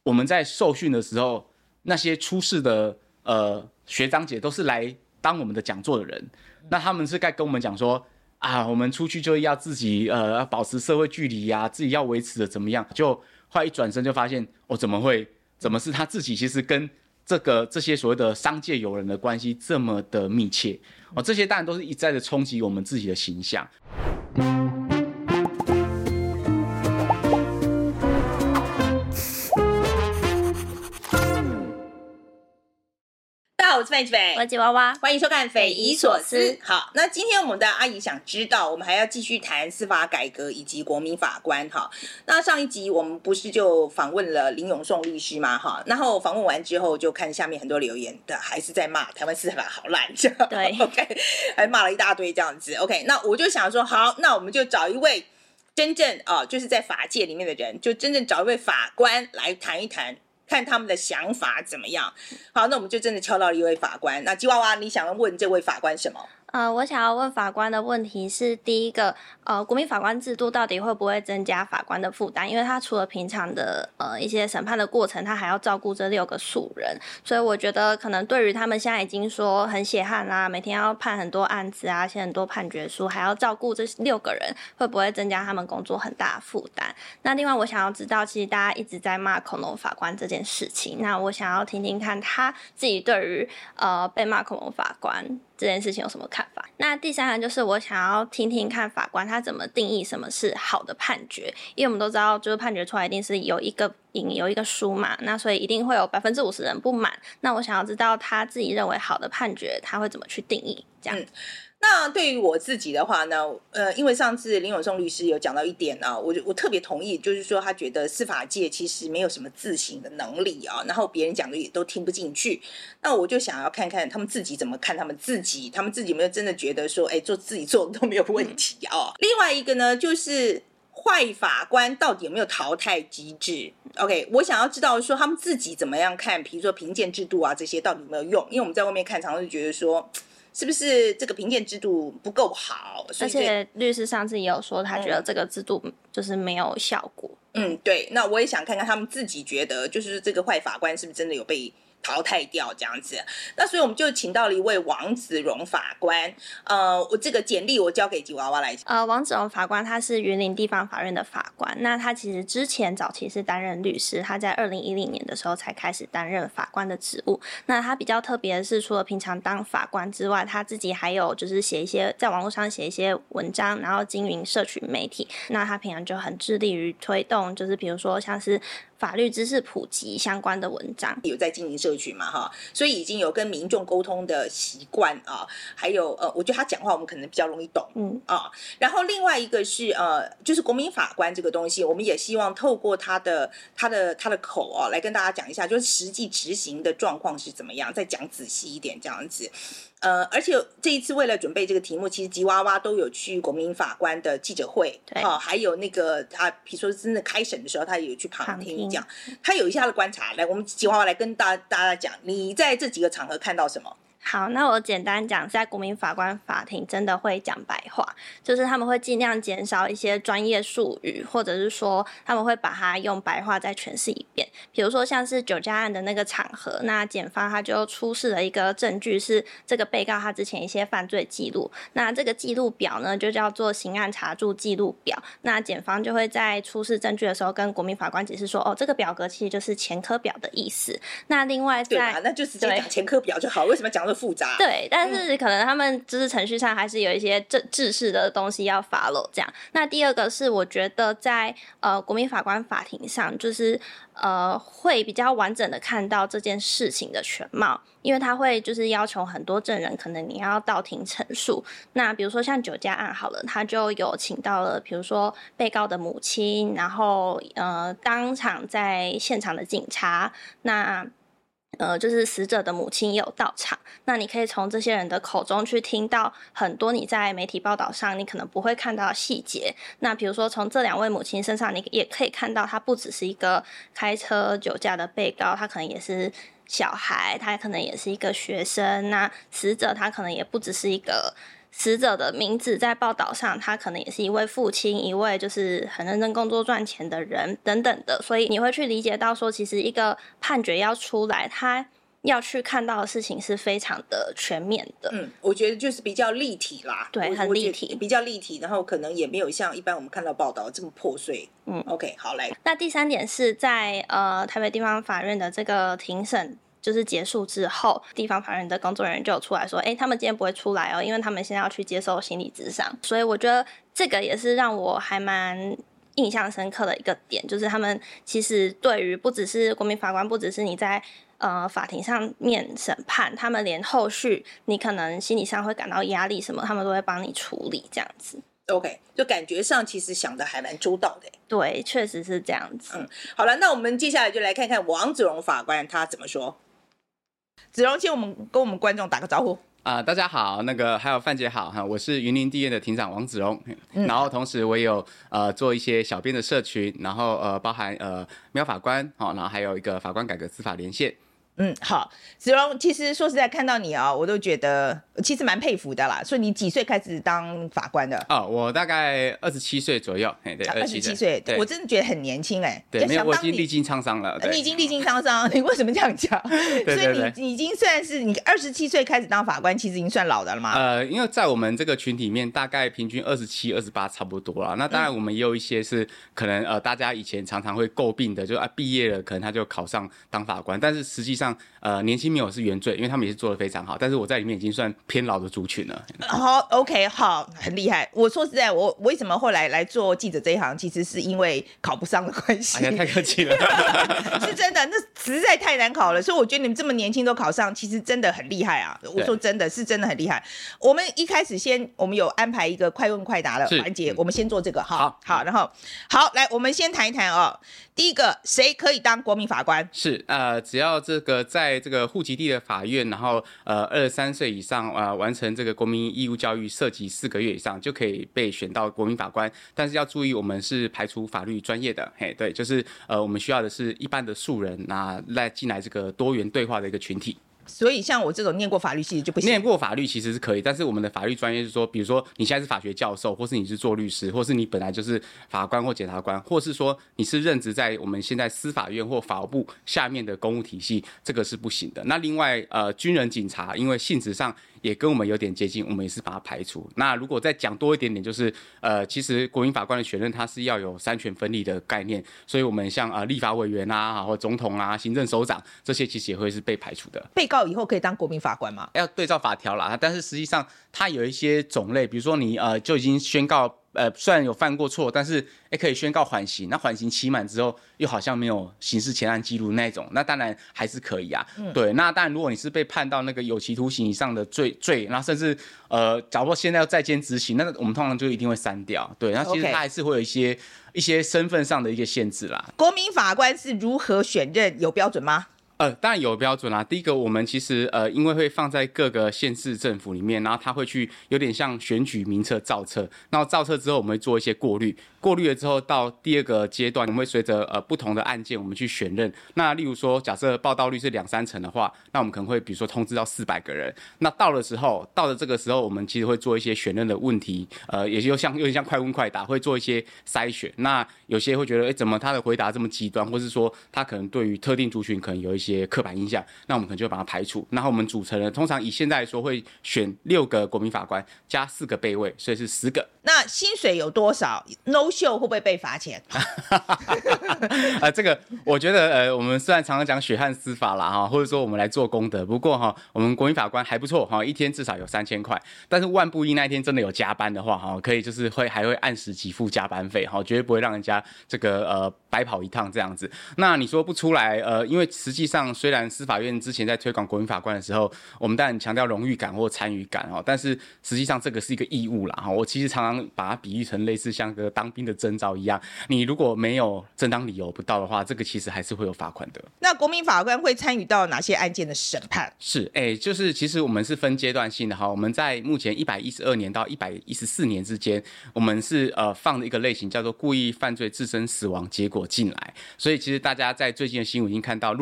我们在受训的时候，那些出事的学长姐都是来当我们的讲座的人，那他们是该跟我们讲说啊，我们出去就要自己要保持社会距离啊，自己要维持的怎么样？就后来一转身就发现，怎么是他自己其实跟这些所谓的商界友人的关系这么的密切这些当然都是一再的冲击我们自己的形象。 我是范吉斐， 我是吉娃娃， 欢迎收看《匪夷所思》。好，那今天我们的阿姨想知道，我们还要继续谈司法改革以及国民法官哈。那上一集我们不是就访问了林永颂律师吗？哈，然后访问完之后，就看下面很多留言的还是在骂台湾司法好烂，这样对 ，OK， 还骂了一大堆这样子。OK， 那我就想说，好，那我们就找一位真正就是在法界里面的人，就真正找一位法官来谈一谈。看他们的想法怎么样。好，那我们就真的敲到了一位法官。那吉娃娃，你想要问这位法官什么？ 我想要问法官的问题是，第一个，国民法官制度到底会不会增加法官的负担？因为他除了平常的一些审判的过程，他还要照顾这6个素人，所以我觉得可能对于他们现在已经说很血汗啦，每天要判很多案子啊，写很多判决书，还要照顾这6个人，会不会增加他们工作很大的负担？那另外我想要知道，其实大家一直在骂恐龙法官这件事情，那我想要听听看他自己对于被骂恐龙法官这件事情有什么看法？那第三个就是我想要听听看法官他怎么定义什么是好的判决，因为我们都知道就是判决出来一定是有一个赢有一个输嘛，那所以一定会有50%人不满，那我想要知道他自己认为好的判决他会怎么去定义这样。 那对于我自己的话呢，因为上次林永颂律师有讲到一点啊，我特别同意，就是说他觉得司法界其实没有什么自省的能力啊，然后别人讲的也都听不进去。那我就想要看看他们自己怎么看他们自己有没有真的觉得说，做自己做的都没有问题啊。另外一个呢，就是坏法官到底有没有淘汰机制 ？OK， 我想要知道说他们自己怎么样看，比如说评鉴制度啊这些到底有没有用？因为我们在外面看，常常就觉得说。是不是这个评鉴制度不够好？ 而且律师上次也有说，他觉得这个制度就是没有效果。 对。那我也想看看他们自己觉得，就是这个坏法官是不是真的有被淘汰掉这样子。那所以我们就请到了一位王子荣法官。我这个简历我交给吉娃娃来讲。 王子荣法官他是云林地方法院的法官，那他其实之前早期是担任律师，他在2010年的时候才开始担任法官的职务。那他比较特别的是，除了平常当法官之外，他自己还有就是写一些在网络上写一些文章，然后经营社群媒体。那他平常就很致力于推动，就是比如说像是法律知识普及相关的文章， 有在经营社群嘛哈，所以已经有跟民众沟通的习惯啊，还有我觉得他讲话我们可能比较容易懂，然后另外一个是就是国民法官这个东西，我们也希望透过他的口来跟大家讲一下，就是实际执行的状况是怎么样，再讲仔细一点这样子。而且这一次为了准备这个题目，其实吉娃娃都有去国民法官的记者会，还有那个他比如说真的开审的时候，他也有去旁听讲，他有一下的观察。来，我们吉娃娃来跟大家讲，你在这几个场合看到什么？ 好，那我简单讲，在国民法官法庭真的会讲白话，就是他们会尽量减少一些专业术语，或者是说他们会把它用白话再诠释一遍。比如说像是酒驾案的那个场合，那检方他就出示了一个证据，是这个被告他之前一些犯罪记录，那这个记录表呢就叫做刑案查注记录表。那检方就会在出示证据的时候跟国民法官解释说，这个表格其实就是前科表的意思。那另外对吧，那就直接讲前科表就好，为什么讲复杂？ 对，但是可能他们就是程序上还是有一些制式的东西要 follow 这样。那第二个是我觉得在国民法官法庭上，就是会比较完整的看到这件事情的全貌，因为他会就是要求很多证人，可能你要到庭陈述。那比如说像酒驾案好了，他就有请到了比如说被告的母亲，然后当场在现场的警察，那就是死者的母亲也有到场，那你可以从这些人的口中去听到很多你在媒体报道上你可能不会看到的细节。那比如说从这2位母亲身上，你也可以看到他不只是一个开车酒驾的被告，他可能也是小孩，他可能也是一个学生，那死者他可能也不只是一个死者的名字在报道上，他可能也是一位父亲，一位就是很认真工作赚钱的人等等的，所以你会去理解到说，其实一个判决要出来，他要去看到的事情是非常的全面的。 我觉得就是比较立体啦， 对，很立体， 比较立体，然后可能也没有像一般我们看到报道这么破碎。OK， 好，来。 那第3点是在台北地方法院的这个庭审就是结束之后，地方法院的工作人员就有出来说，他们今天不会出来哦，因为他们现在要去接受心理咨商。所以我觉得这个也是让我还蛮印象深刻的一个点，就是他们其实对于不只是国民法官，不只是你在法庭上面审判，他们连后续你可能心理上会感到压力什么，他们都会帮你处理这样子。 OK， 就感觉上其实想的还蛮周到的。 对，确实是这样子。 好了，那我们接下来就来看看王子荣法官他怎么说。子荣，请跟我们观众打个招呼。 大家好，还有范姐好哈，我是云林地院的庭长王子荣，然后同时我也有做一些小编的社群，然后包含喵法官，然后还有一个法官改革司法连线。 好，子荣，其实说实在看到你我都觉得其实蛮佩服的啦。所以你几岁开始当法官的？ 我大概27岁左右，对，27 岁，我真的觉得很年轻对，没有，我已经历经沧桑了。 你已经历经沧桑，你为什么这样讲？ 对， 所以你已经算是你27岁开始当法官，其实已经算老的了吗？ 因为在我们这个群体里面，大概平均27、28差不多啦。那当然我们也有一些是可能大家以前常常会诟病的，就毕业了可能他就考上当法官，但是实际上年轻没有是原罪，因为他们也是做得非常好，但是我在里面已经算偏老的族群了。 好 ，OK， 好，很厉害。我说实在，我为什么后来来做记者这一行，其实是因为考不上的关系。 哎呀，太客气了。 是真的，那实在太难考了，所以我觉得你们这么年轻都考上，其实真的很厉害啊！我说真的是真的很厉害。我们一开始我们有安排一个快问快答的环节，我们先做这个。好，然后好，来，我们先谈一谈第一个，谁可以当国民法官？ 是只要这个在这个户籍地的法院，然后23岁以上完成这个国民义务教育涉及4个月以上，就可以被选到国民法官。但是要注意，我们是排除法律专业的，对，就是我们需要的是一般的素人来进来这个多元对话的一个群体。 所以像我这种念过法律系的就不行。 念过法律其实是可以，但是我们的法律专业是说，比如说你现在是法学教授，或是你是做律师，或是你本来就是法官或检察官，或是说你是任职在我们现在司法院或法务部下面的公务体系，这个是不行的。那另外军人警察，因为性质上也跟我们有点接近，我们也是把它排除。那如果再讲多一点点，就是其实国民法官的选任它是要有3权分立的概念，所以我们像立法委员或总统行政首长这些其实也会是被排除的。 被告以后可以当国民法官吗？ 要对照法条啦，但是实际上它有一些种类，比如说你就已经宣告虽然有犯过错，但是可以宣告缓刑，那缓刑期满之后又好像没有刑事前案记录那种，那当然还是可以啊。对，那当然如果你是被判到那个有期徒刑以上的罪，然后甚至假如说现在要再监执行，那我们通常就一定会删掉。对，那其实它还是会有一些身份上的一个限制啦。 国民法官是如何选任，有标准吗？ 当然有标准啦。第一个，我们其实因为会放在各个县市政府里面，然后他会去有点像选举名册造册，然后造册之后我们会做一些过滤了之后，到第2个阶段，我们会随着不同的案件我们去选任。那例如说，假设报道率是2-3成的话，那我们可能会比如说通知到400个人。那到了这个时候，我们其实会做一些选任的问题，也就有点像快问快答，会做一些筛选。那有些会觉得，怎么他的回答这么极端，或是说他可能对于特定族群可能有一些刻板印象，那我们可能就会把它排除。然后我们组成了，通常以现在来说会选6个国民法官加4个备位，所以是10个。 那薪水有多少 ？No show 会不会被罚钱？ 这个我觉得我们虽然常常讲血汗司法啦或者说我们来做功德，不过我们国民法官还不错一天至少有3000块。但是万不一那一天真的有加班的话可以就是还会按时给付加班费绝对不会让人家这个白跑一趟这样子。那你说不出来因为实际上虽然司法院之前在推广国民法官的时候，我们当然强调荣誉感或参与感但是实际上这个是一个义务啦我其实常常把它比喻成类似像个当兵的征召一样，你如果没有正当理由不到的话，这个其实还是会有罚款的。 那国民法官会参与到哪些案件的审判？ 是就是其实我们是分阶段性的我们在目前112年到114年之间，我们是放的一个类型叫做故意犯罪致生死亡结果进来。所以其实大家在最近的新闻已经看到，陆陆续续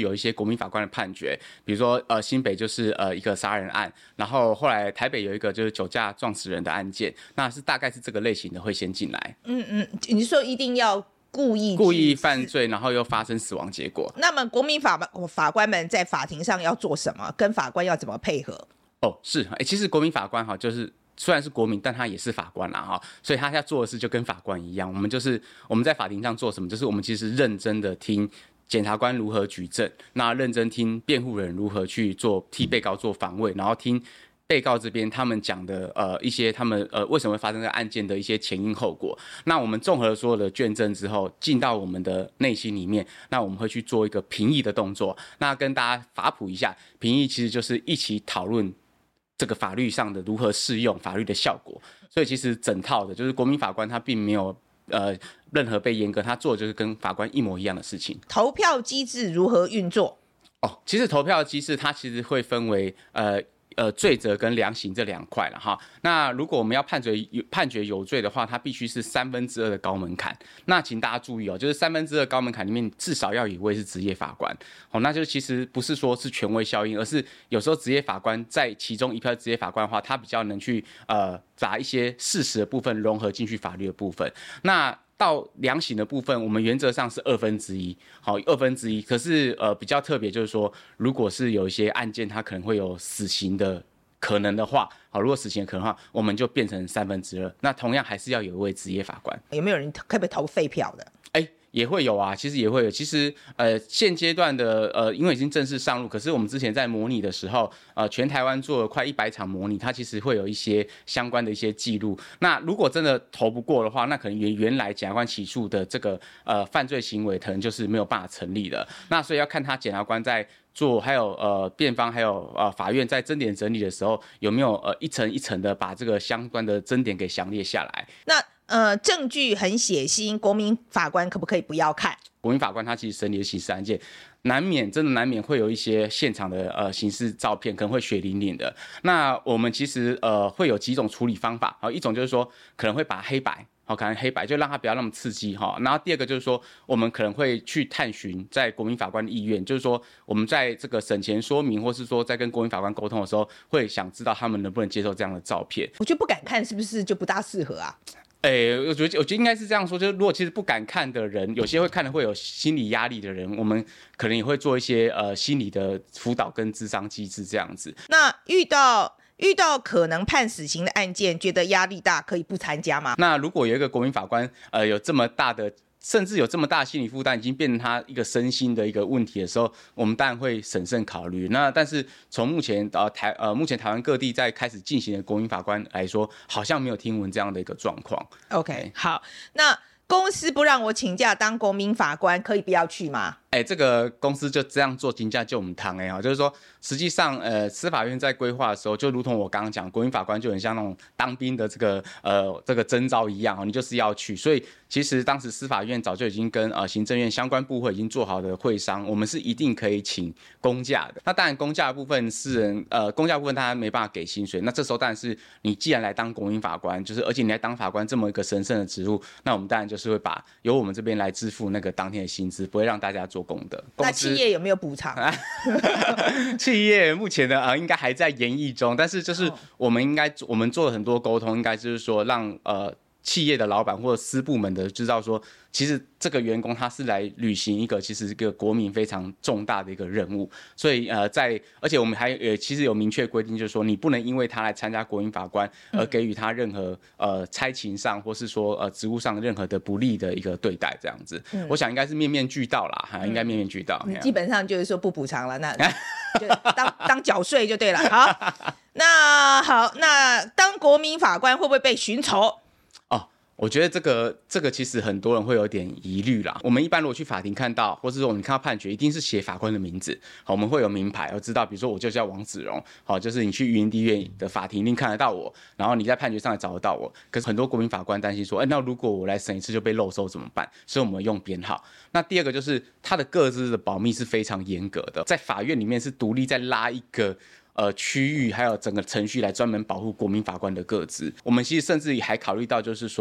有一些国民法官的判决，比如说新北就是一个杀人案，然后后来台北有一个就是酒驾撞死人的案件，那是大概是这个类型的会先进来。 你说一定要故意犯罪，然后又发生死亡结果。 那么国民法官们在法庭上要做什么？跟法官要怎么配合？ 是，其实国民法官就是虽然是国民，但他也是法官啦哈，所以他要做的事就跟法官一样。我们在法庭上做什么，就是我们其实认真的听检察官如何举证，那认真听辩护人如何去替被告做防卫，然后听被告这边他们讲的一些他们为什么会发生这个案件的一些前因后果。那我们综合所有的卷证之后，进到我们的内心里面，那我们会去做一个评议的动作。那跟大家法普一下，评议其实就是一起讨论这个法律上的如何适用法律的效果。所以其实整套的就是国民法官他并没有任何被阉割，他做的就是跟法官一模一样的事情。 投票机制如何运作？ 其实投票机制它其实会分为罪责跟量刑这2块了哈。那如果我们要判决有罪的话，它必须是2/3的高门槛。那请大家注意就是2/3高门槛里面至少要有一位是职业法官。那就其实不是说是权威效应，而是有时候职业法官在其中一票职业法官的话，他比较能去把一些事实的部分融合进去法律的部分。那到量刑的部分，我们原则上是1/2，好，1/2。可是比较特别就是说，如果是有一些案件，它可能会有死刑的可能的话，好，如果死刑的可能的话，我们就变成2/3。那同样还是要有一位职业法官。 有没有人可不可以投废票的？ 也会有啊，其实也会有。其实现阶段的因为已经正式上路，可是我们之前在模拟的时候，全台湾做了快100场模拟，它其实会有一些相关的一些记录。那如果真的投不过的话，那可能原来检察官起诉的这个犯罪行为，可能就是没有办法成立的。那所以要看他检察官在做，还有辩方，还有法院在争点整理的时候，有没有一层一层的把这个相关的争点给详列下来。 那证据很血腥，国民法官可不可以不要看？ 国民法官他其实审理的刑事案件，真的难免会有一些现场的刑事照片，可能会血淋淋的。那我们其实会有几种处理方法，一种就是说可能会把黑白。可能黑白就让它不要那么刺激哈。然后第二个就是说，我们可能会去探寻在国民法官的意愿，就是说我们在这个审前说明，或是说在跟国民法官沟通的时候，会想知道他们能不能接受这样的照片。 我觉得不敢看是不是就不大适合啊？ 我觉得应该是这样说，就是如果其实不敢看的人，有些会看的会有心理压力的人，我们可能也会做一些心理的辅导跟諮商机制这样子。 那遇到可能判死刑的案件，觉得压力大，可以不参加吗？ 那如果有一个国民法官有这么大的，甚至有这么大的心理负担，已经变成他一个身心的一个问题的时候，我们当然会审慎考虑。那但是从目前目前台湾各地在开始进行的国民法官来说，好像没有听闻这样的一个状况。 OK， 好，那公司不让我请假当国民法官，可以不要去吗？ 这个公司就这样做金价就我们汤就是说实际上司法院在规划的时候，就如同我刚刚讲，国民法官就很像那种当兵的这个征召一样你就是要去。所以其实当时司法院早就已经跟行政院相关部会已经做好的会商，我们是一定可以请公假的。那当然公假的部分公假部分大家没办法给薪水，那这时候当然是你既然来当国民法官，就是而且你来当法官这么一个神圣的职务，那我们当然就是会由我们这边来支付那个当天的薪资，不会让大家做功德。 那企业有没有补偿？ 企业目前的应该还在研议中，但是就是我们做了很多沟通，应该就是说让企业的老板或者私部门的知道说，其实这个员工他是来履行一个其实一个国民非常重大的一个任务，所以而且我们其实有明确规定，就是说你不能因为他来参加国民法官而给予他任何差勤上或是说职务上任何的不利的一个对待，这样子。我想应该是面面俱到啦，应该面面俱到。 基本上就是说不补偿了，那就当缴税就对了。好，那当国民法官会不会被寻仇？ 我觉得这个其实很多人会有点疑虑啦。我们一般如果去法庭看到，或是说我们看到判决，一定是写法官的名字。好，我们会有名牌，我知道，比如说我就叫王子荣，好，就是你去云林地院的法庭一定看得到我，然后你在判决上也找得到我。可是很多国民法官担心说，那如果我来审一次就被漏收怎么办？所以我们用编号。那第二个就是他的个资的保密是非常严格的，在法院里面是独立在拉一个区域还有整个程序来专门保护国民法官的个资。我们其实甚至还考虑到就是说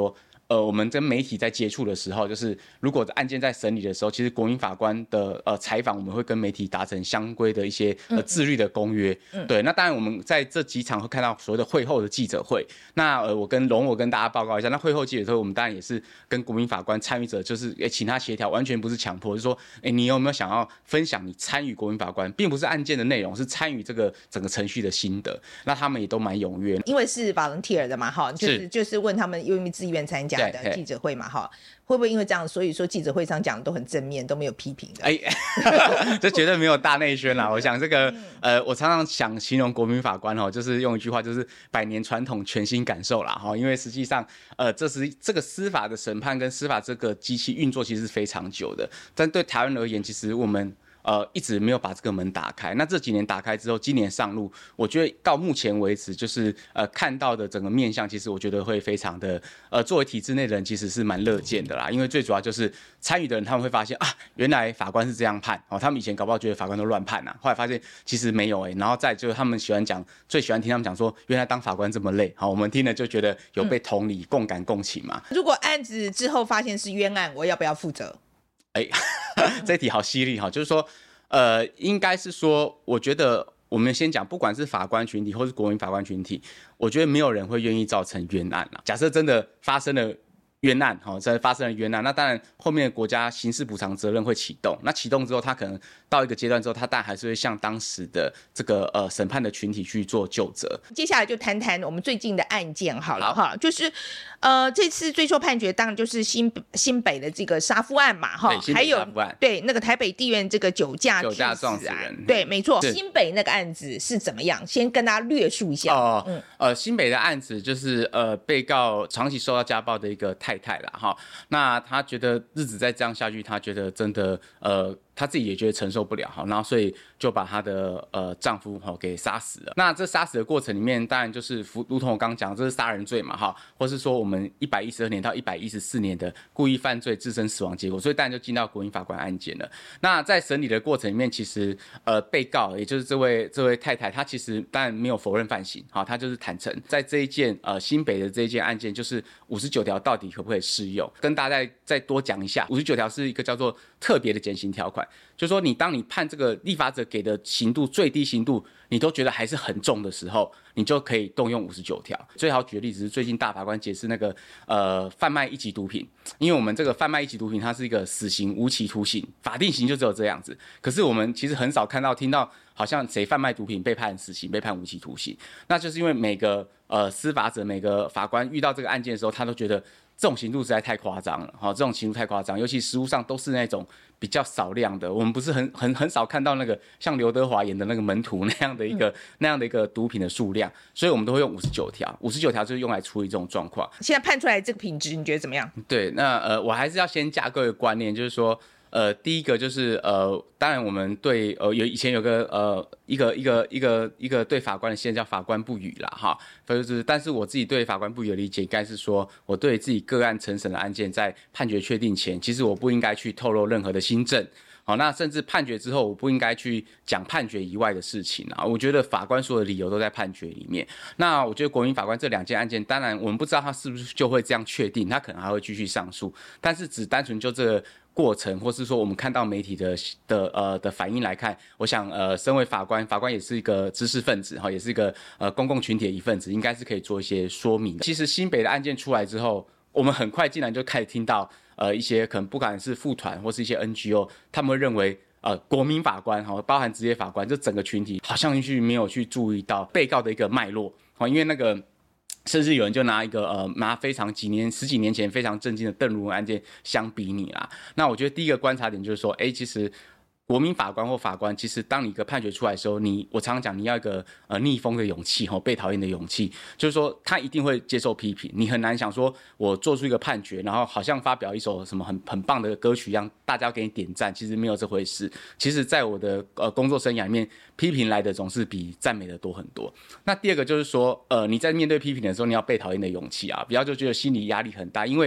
我们跟媒体在接触的时候，就是如果案件在审理的时候，其实国民法官的采访，我们会跟媒体达成相规的一些自律的公约。对，那当然我们在这几场会看到所谓的会后的记者会。那我跟大家报告一下，那会后记者会我们当然也是跟国民法官参与者，就是请他协调，完全不是强迫，就是说，你有没有想要分享你参与国民法官，并不是案件的内容，是参与这个整个程序的心得。那他们也都蛮踊跃， 因为是 volunteer 的嘛，哈，就是问他们愿意自愿参加的记者会嘛，哈，会不会因为这样，所以说记者会上讲的都很正面，都没有批评的？ 这绝对没有大内宣啦。我想这个我常常想形容国民法官就是用一句话，就是百年传统，全新感受啦。因为实际上这个司法的审判跟司法这个机器运作其实是非常久的，但对台湾而言，其实我们一直没有把这个门打开。那这几年打开之后，今年上路，我觉得到目前为止，就是看到的整个面向，其实我觉得会非常的作为体制内的人，其实是蛮乐见的啦。因为最主要就是参与的人，他们会发现啊，原来法官是这样判他们以前搞不好觉得法官都乱判后来发现其实没有然后再就是他们最喜欢听他们讲说，原来当法官这么累。我们听了就觉得有被同理、共感、共情嘛。 如果案子之后发现是冤案，我要不要负责？ 这一题好犀利就是说，应该是说，我觉得我们先讲，不管是法官群体或是国民法官群体，我觉得没有人会愿意造成冤案啦。假设真的发生了冤案，真的发生了冤案，那当然后面的国家刑事补偿责任会启动。那启动之后，他可能到一个阶段之后，他当然还是会向当时的这个审判的群体去做究责。 接下来就谈谈我们最近的案件好了哈，就是这次最受判决当然就是新北的这个杀夫案嘛哈，还有对那个台北地院这个酒驾撞死人， 对，没错。新北那个案子是怎么样？先跟大家略述一下。 新北的案子就是被告长期受到家暴的一个太太啦哈，那他觉得日子再这样下去，他觉得真的他自己也觉得承受不了，然后所以就把她的丈夫给杀死了。那这杀死的过程里面，当然就是如同我刚刚讲，这是杀人罪嘛或是说我们112年到114年的故意犯罪致身死亡结果，所以当然就进到国民法官案件了。那在审理的过程里面，其实被告也就是这位太太，她其实当然没有否认犯行，她就是坦诚在这一件新北的这一件案件，就是59条到底可不可以适用，跟大家再多讲一下。59条是一个叫做特别的减刑条款，就是说当你判这个立法者给的刑度最低刑度，你都觉得还是很重的时候，你就可以动用59条。最好举的例子是最近大法官解释那个贩卖一级毒品，因为我们这个贩卖一级毒品它是一个死刑无期徒刑，法定刑就只有这样子。可是我们其实很少听到好像谁贩卖毒品被判死刑、被判无期徒刑，那就是因为每个司法者、每个法官遇到这个案件的时候，他都觉得这种刑度实在太夸张了，这种刑度太夸张，尤其实务上都是那种比较少量的，我们不是很少看到那个像刘德华演的那个门徒那样的一个毒品的数量，所以我们都会用59条，59条就是用来处理这种状况。 现在判出来这个品质，你觉得怎么样？ 对，那我还是要先架构一个观念，就是说。第一个就是当然我们对以前有个一个对法官的现象叫法官不语啦哈，就是但是我自己对法官不语的理解，应该是说我对自己个案承审的案件，在判决确定前，其实我不应该去透露任何的新证。好，那甚至判决之后，我不应该去讲判决以外的事情啊。我觉得法官所有的理由都在判决里面。那我觉得国民法官这2件案件，当然我们不知道他是不是就会这样确定，他可能还会继续上诉。但是只单纯就这个过程，或是说我们看到媒体的反应来看，我想身为法官也是一个知识分子也是一个公共群体的一份子，应该是可以做一些说明的。其实新北的案件出来之后，我们很快竟然就开始听到一些可能不管是妇团或是一些 NGO， 他们会认为国民法官包含职业法官，这整个群体好像没有去注意到被告的一个脉络，因为那个甚至有人就拿一个拿十几年前非常震惊的邓如文案件相比拟啦。那我觉得第一个观察点就是说，其实国民法官或法官，其实当你一个判决出来的时候，我常常讲，你要一个逆风的勇气，被讨厌的勇气，就是说他一定会接受批评，你很难想说我做出一个判决，然后好像发表一首什么很棒的歌曲一样，大家要给你点赞，其实没有这回事。其实在我的工作生涯里面，批评来的总是比赞美的多很多。那第二个就是说，你在面对批评的时候，你要被讨厌的勇气啊，不要就觉得心理压力很大，因为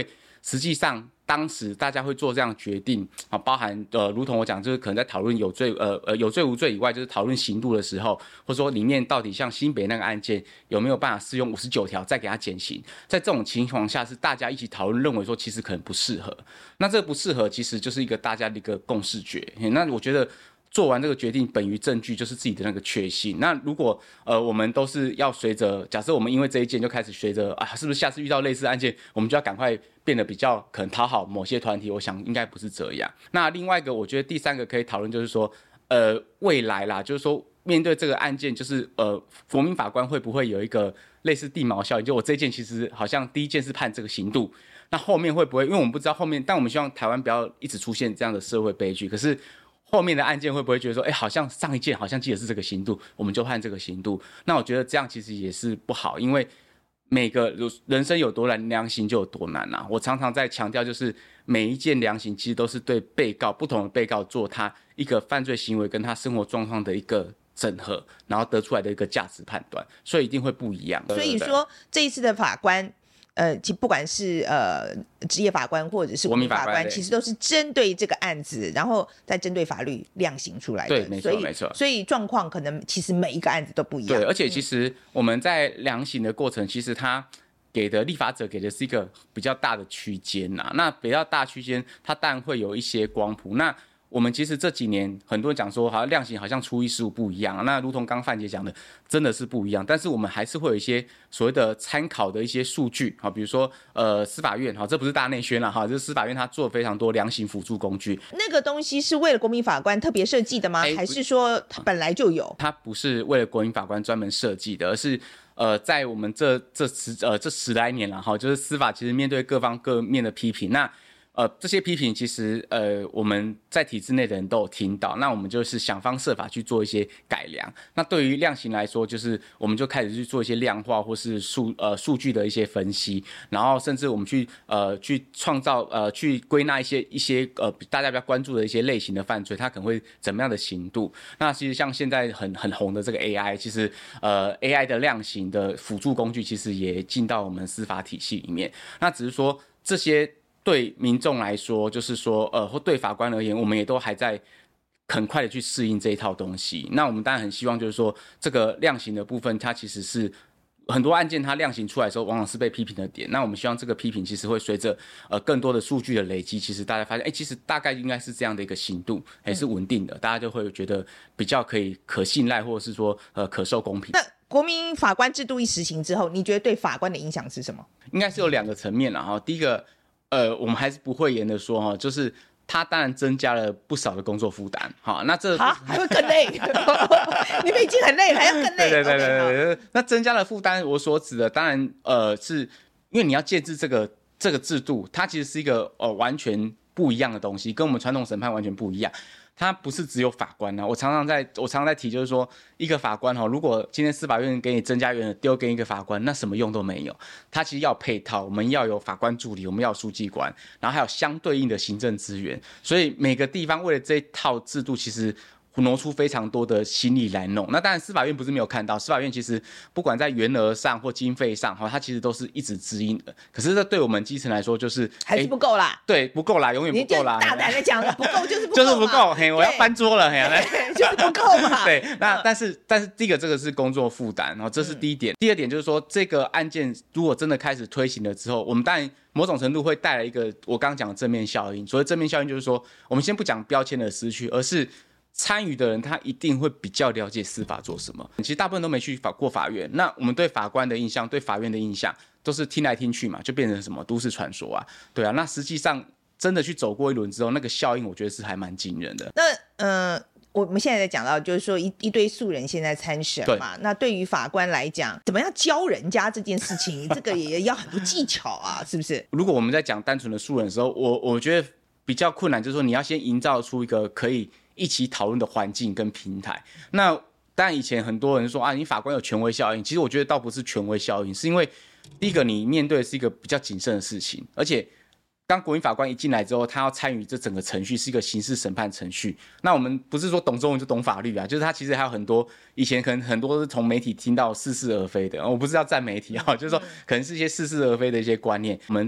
实际上当时大家会做这样的决定啊，包含如同我讲，就是可能在讨论有罪无罪以外，就是讨论刑度的时候，或者说里面到底像新北那个案件有没有办法适用59条再给他减刑，在这种情况下是大家一起讨论，认为说其实可能不适合。那这个不适合其实就是一个大家的一个共识决。那我觉得做完这个决定，本于证据就是自己的那个确信。那如果我们都是要随着，假设我们因为这一件就开始随着啊，是不是下次遇到类似案件，我们就要赶快变得比较可能讨好某些团体？我想应该不是这样。那另外一个，我觉得第三个可以讨论就是说，未来啦，就是说面对这个案件，就是国民法官会不会有一个类似地锚效应？就我这一件其实好像第一件是判这个刑度，那后面会不会？因为我们不知道后面，但我们希望台湾不要一直出现这样的社会悲剧。可是后面的案件会不会觉得说，好像上一件好像记得是这个刑度，我们就判这个刑度？那我觉得这样其实也是不好，因为每个人生有多难，量刑就有多难啊！我常常在强调，就是每一件量刑其实都是对被告不同的被告做他一个犯罪行为跟他生活状况的一个整合，然后得出来的一个价值判断，所以一定会不一样。 所以说这一次的法官。不管是职业法官或者是国民法官，其实都是针对这个案子，然后再针对法律量刑出来的。 对，没错，没错。 所以状况可能其实每一个案子都不一样。 对，而且其实我们在量刑的过程，其实他给的立法者给的是一个比较大的区间呐。那比较大区间，它当然会有一些光谱。那我们其实这几年很多人讲说，好像量刑好像初一15不一样，那如同刚范姐讲的，真的是不一样。但是我们还是会有一些所谓的参考的一些数据，比如说司法院，这不是大内宣啦，这是司法院它做了非常多量刑辅助工具。 那个东西是为了国民法官特别设计的吗？还是说本来就有？ 它不是为了国民法官专门设计的，而是在我们这10来年了哈，就是司法其实面对各方各面的批评，那这些批评其实我们在体制内的人都有听到，那我们就是想方设法去做一些改良。那对于量刑来说，就是我们就开始去做一些量化或是数据的一些分析，然后甚至我们去创造去归纳一些大家比较关注的一些类型的犯罪，它可能会怎么样的刑度。那其实像现在很红的这个 AI， 其实AI 的量刑的辅助工具其实也进到我们司法体系里面。那只是说这些对民众来说，就是说或对法官而言，我们也都还在很快的去适应这一套东西。那我们当然很希望就是说这个量刑的部分，它其实是很多案件它量刑出来的时候往往是被批评的点。那我们希望这个批评其实会随着更多的数据的累积，其实大家发现其实大概应该是这样的一个刑度，是稳定的，大家就会觉得比较可信赖，或者是说可受公平。 那国民法官制度一实行之后，你觉得对法官的影响是什么？ 应该是有2个层面啦哈。第一个我们还是不讳言的说哈，就是它当然增加了不少的工作负担，好，那这还会更累，你们已经很累了，还要更累。 对，那增加了负担，我所指的当然是因为你要建制这个制度，它其实是一个完全不一样的东西，跟我们传统审判完全不一样。它不是只有法官啊，我常常在提，就是说一个法官如果今天司法院给你增加员额丢给一个法官，那什么用都没有。他其实要配套，我们要有法官助理，我们要有书记官，然后还有相对应的行政资源。所以每个地方为了这一套制度，其实挪出非常多的心力来弄。那当然司法院不是没有看到，司法院其实不管在员额上或经费上，它其实都是一直支应的。可是这对我们基层来说，就是还是不够啦。 对，不够啦，永远不够啦。 你就大胆的讲，不够就是不够， 就是不够。我要翻桌了， 就是不够嘛。 对，但是第一个这个是工作负担，这是第一点。第二点就是说，这个案件如果真的开始推行了之后，我们当然某种程度会带来一个我刚刚讲的正面效应。所谓正面效应就是说，我们先不讲标签的失去，而是参与的人他一定会比较了解司法做什么。其实大部分都没去过法院，那我们对法官的印象，对法院的印象都是听来听去嘛，就变成什么都市传说啊，对啊。那实际上真的去走过一轮之后，那个效应我觉得是还蛮惊人的。 那我们现在在讲到就是说一堆素人现在参审嘛，那对于法官来讲，怎么样教人家这件事情，这个也要很多技巧啊，是不是？ 如果我们在讲单纯的素人的时候，我觉得比较困难，就是说你要先营造出一个可以一起讨论的环境跟平台。那当然以前很多人说你法官有权威效应，其实我觉得倒不是权威效应，是因为第一个你面对的是一个比较谨慎的事情，而且当国民法官一进来之后，他要参与这整个程序，是一个刑事审判程序。那我们不是说懂中文就懂法律啊，就是他其实还有很多以前可能很多是从媒体听到似是而非的。我不是要赞媒体就是说可能是一些似是而非的一些观念。我们在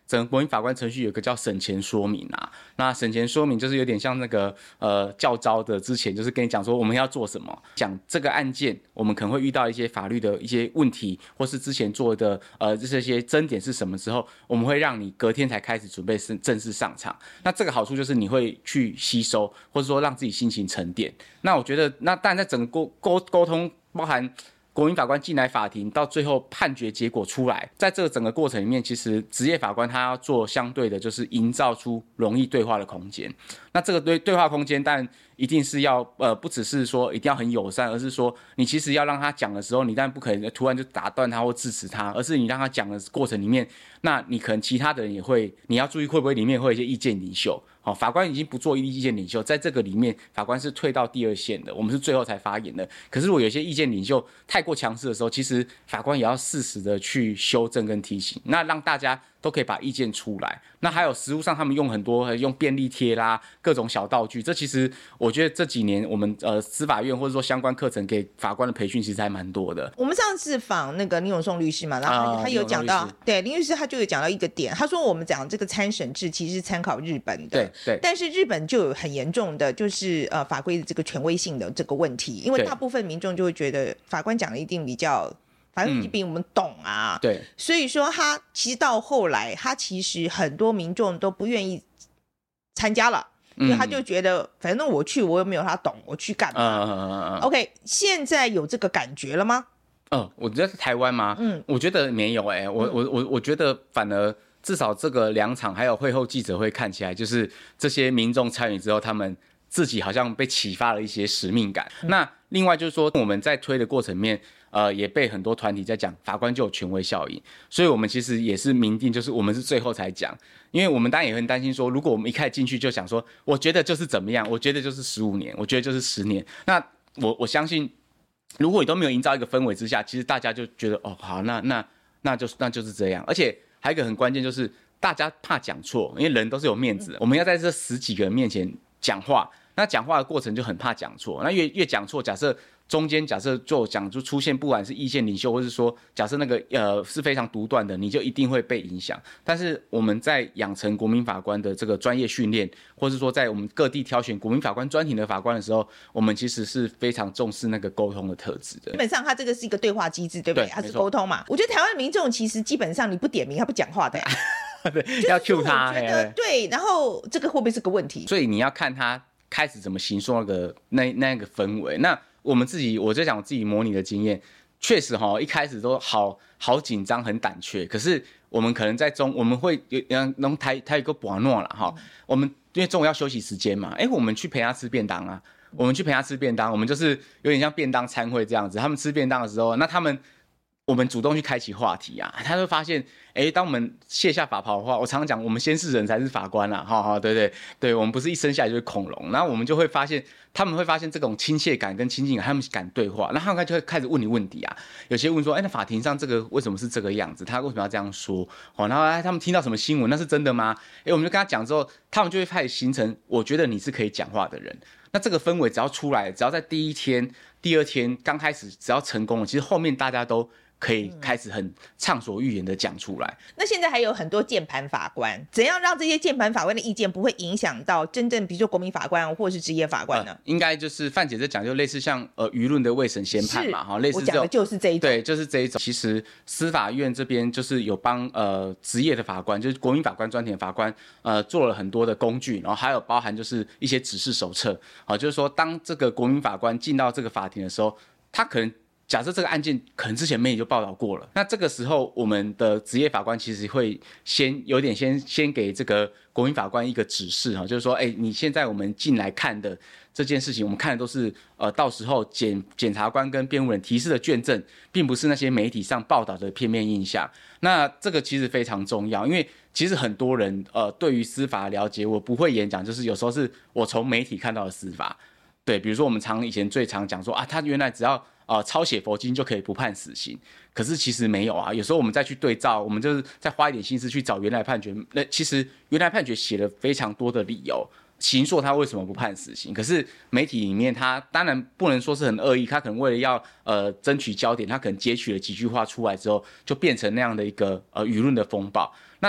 整个国民法官程序有一个叫审前说明啊，那审前说明就是有点像那个教召的之前就是跟你讲说我们要做什么，讲这个案件我们可能会遇到一些法律的一些问题，或是之前做的这些争点是什么之后，我们会让你隔天才开始准备正式上场。那这个好处就是你会去吸收，或者说让自己心情沉淀。那我觉得，那当然在整个沟通，包含国民法官进来法庭到最后判决结果出来，在这个整个过程里面，其实职业法官他要做相对的就是营造出容易对话的空间。那这个对话空间当然一定是要不只是说一定要很友善，而是说你其实要让他讲的时候，你当然不可能突然就打断他或制止他，而是你让他讲的过程里面，那你可能其他的人也会，你要注意会不会里面会有一些意见领袖。好，法官已经不做意见领袖，在这个里面，法官是退到第二线的，我们是最后才发言的。可是如果有些意见领袖太过强势的时候，其实法官也要适时的去修正跟提醒，那让大家都可以把意见出来。那还有实务上，他们用很多用便利贴啦，各种小道具。这其实我觉得这几年我们司法院或者说相关课程给法官的培训，其实还蛮多的。 我们上次访那个林永颂律师嘛，然后他有讲到，对林律师他就有讲到一个点，他说我们讲这个参审制其实是参考日本的， 对， 但是日本就有很严重的就是法规的这个权威性的这个问题，因为大部分民众就会觉得法官讲的一定比较。反正比我们懂啊， 对， 所以说他其实到后来，他其实很多民众都不愿意参加了，因为他就觉得反正我去，我又没有他懂，我去干嘛？OK， 现在有这个感觉了吗？ 我觉得是台湾吗？我觉得没有我觉得反而至少这个2场还有会后记者会看起来，就是这些民众参与之后，他们自己好像被启发了一些使命感。那另外就是说，我们在推的过程里面。也被很多团体在讲法官就有权威效应，所以我们其实也是明定，就是我们是最后才讲，因为我们当然也很担心说，如果我们一开始进去就想说，我觉得就是怎么样，我觉得就是15年，我觉得就是10年，那我相信，如果你都没有营造一个氛围之下，其实大家就觉得好，那就是这样，而且还有一个很关键就是大家怕讲错，因为人都是有面子的，我们要在这10几个人面前讲话，那讲话的过程就很怕讲错，那越讲错，假设。中间假设就出现不管是意见领袖，或是说假设那个是非常独断的，你就一定会被影响。但是我们在养成国民法官的这个专业训练，或是说在我们各地挑选国民法官专庭的法官的时候，我们其实是非常重视那个沟通的特质的。 基本上它这个是一个对话机制，对不对？它是沟通嘛。我觉得台湾的民众其实基本上你不点名他不讲话的对，要 cue 他。 对，然后这个会不会是个问题？ 所以你要看他开始怎么形塑那个氛围。那我在讲我自己模拟的经验，确实一开始都好紧张，很胆怯。可是我们可能我们会能台有个把诺了哈。我们因为中午要休息时间嘛，我们去陪他吃便当啊。我们去陪他吃便当，我们就是有点像便当餐会这样子。他们吃便当的时候，那我们主动去开启话题啊，他会发现，当我们卸下法袍的话，我常常讲，我们先是人才是法官啦，对，我们不是一生下来就是恐龙，然后我们就会发现，他们会发现这种亲切感跟亲近感，他们敢对话，然后他们就会开始问你问题啊，有些问说，那法庭上这个为什么是这个样子？他为什么要这样说？然后他们听到什么新闻，那是真的吗？我们就跟他讲之后，他们就会开始形成，我觉得你是可以讲话的人。那这个氛围只要出来，只要在第一天、第二天刚开始，只要成功了，其实后面大家都可以开始很畅所欲言的讲出来。 那现在还有很多键盘法官，怎样让这些键盘法官的意见不会影响到真正比如说国民法官或是职业法官呢？ 应该就是范姐在讲，就类似像舆论的未审先判嘛，类似这种。 我讲的就是这一种。 对，就是这一种。其实司法院这边就是有帮职业的法官，就是国民法官专庭的法官做了很多的工具，然后还有包含就是一些指示手册，就是说当这个国民法官进到这个法庭的时候，他可能。假设这个案件可能之前媒体就报道过了，那这个时候我们的职业法官其实会先给这个国民法官一个指示就是说，你现在我们进来看的这件事情，我们看的都是到时候检察官跟辩护人提示的卷证，并不是那些媒体上报道的片面印象。那这个其实非常重要，因为其实很多人对于司法了解，我不会演讲，就是有时候是我从媒体看到的司法。对，比如说我们以前最常讲说他原来只要抄写佛经就可以不判死刑，可是其实没有啊。有时候我们再去对照，我们就是再花一点心思去找原来判决。那其实原来判决写了非常多的理由，形塑他为什么不判死刑。可是媒体里面他当然不能说是很恶意，他可能为了要争取焦点，他可能截取了几句话出来之后，就变成那样的一个舆论的风暴。那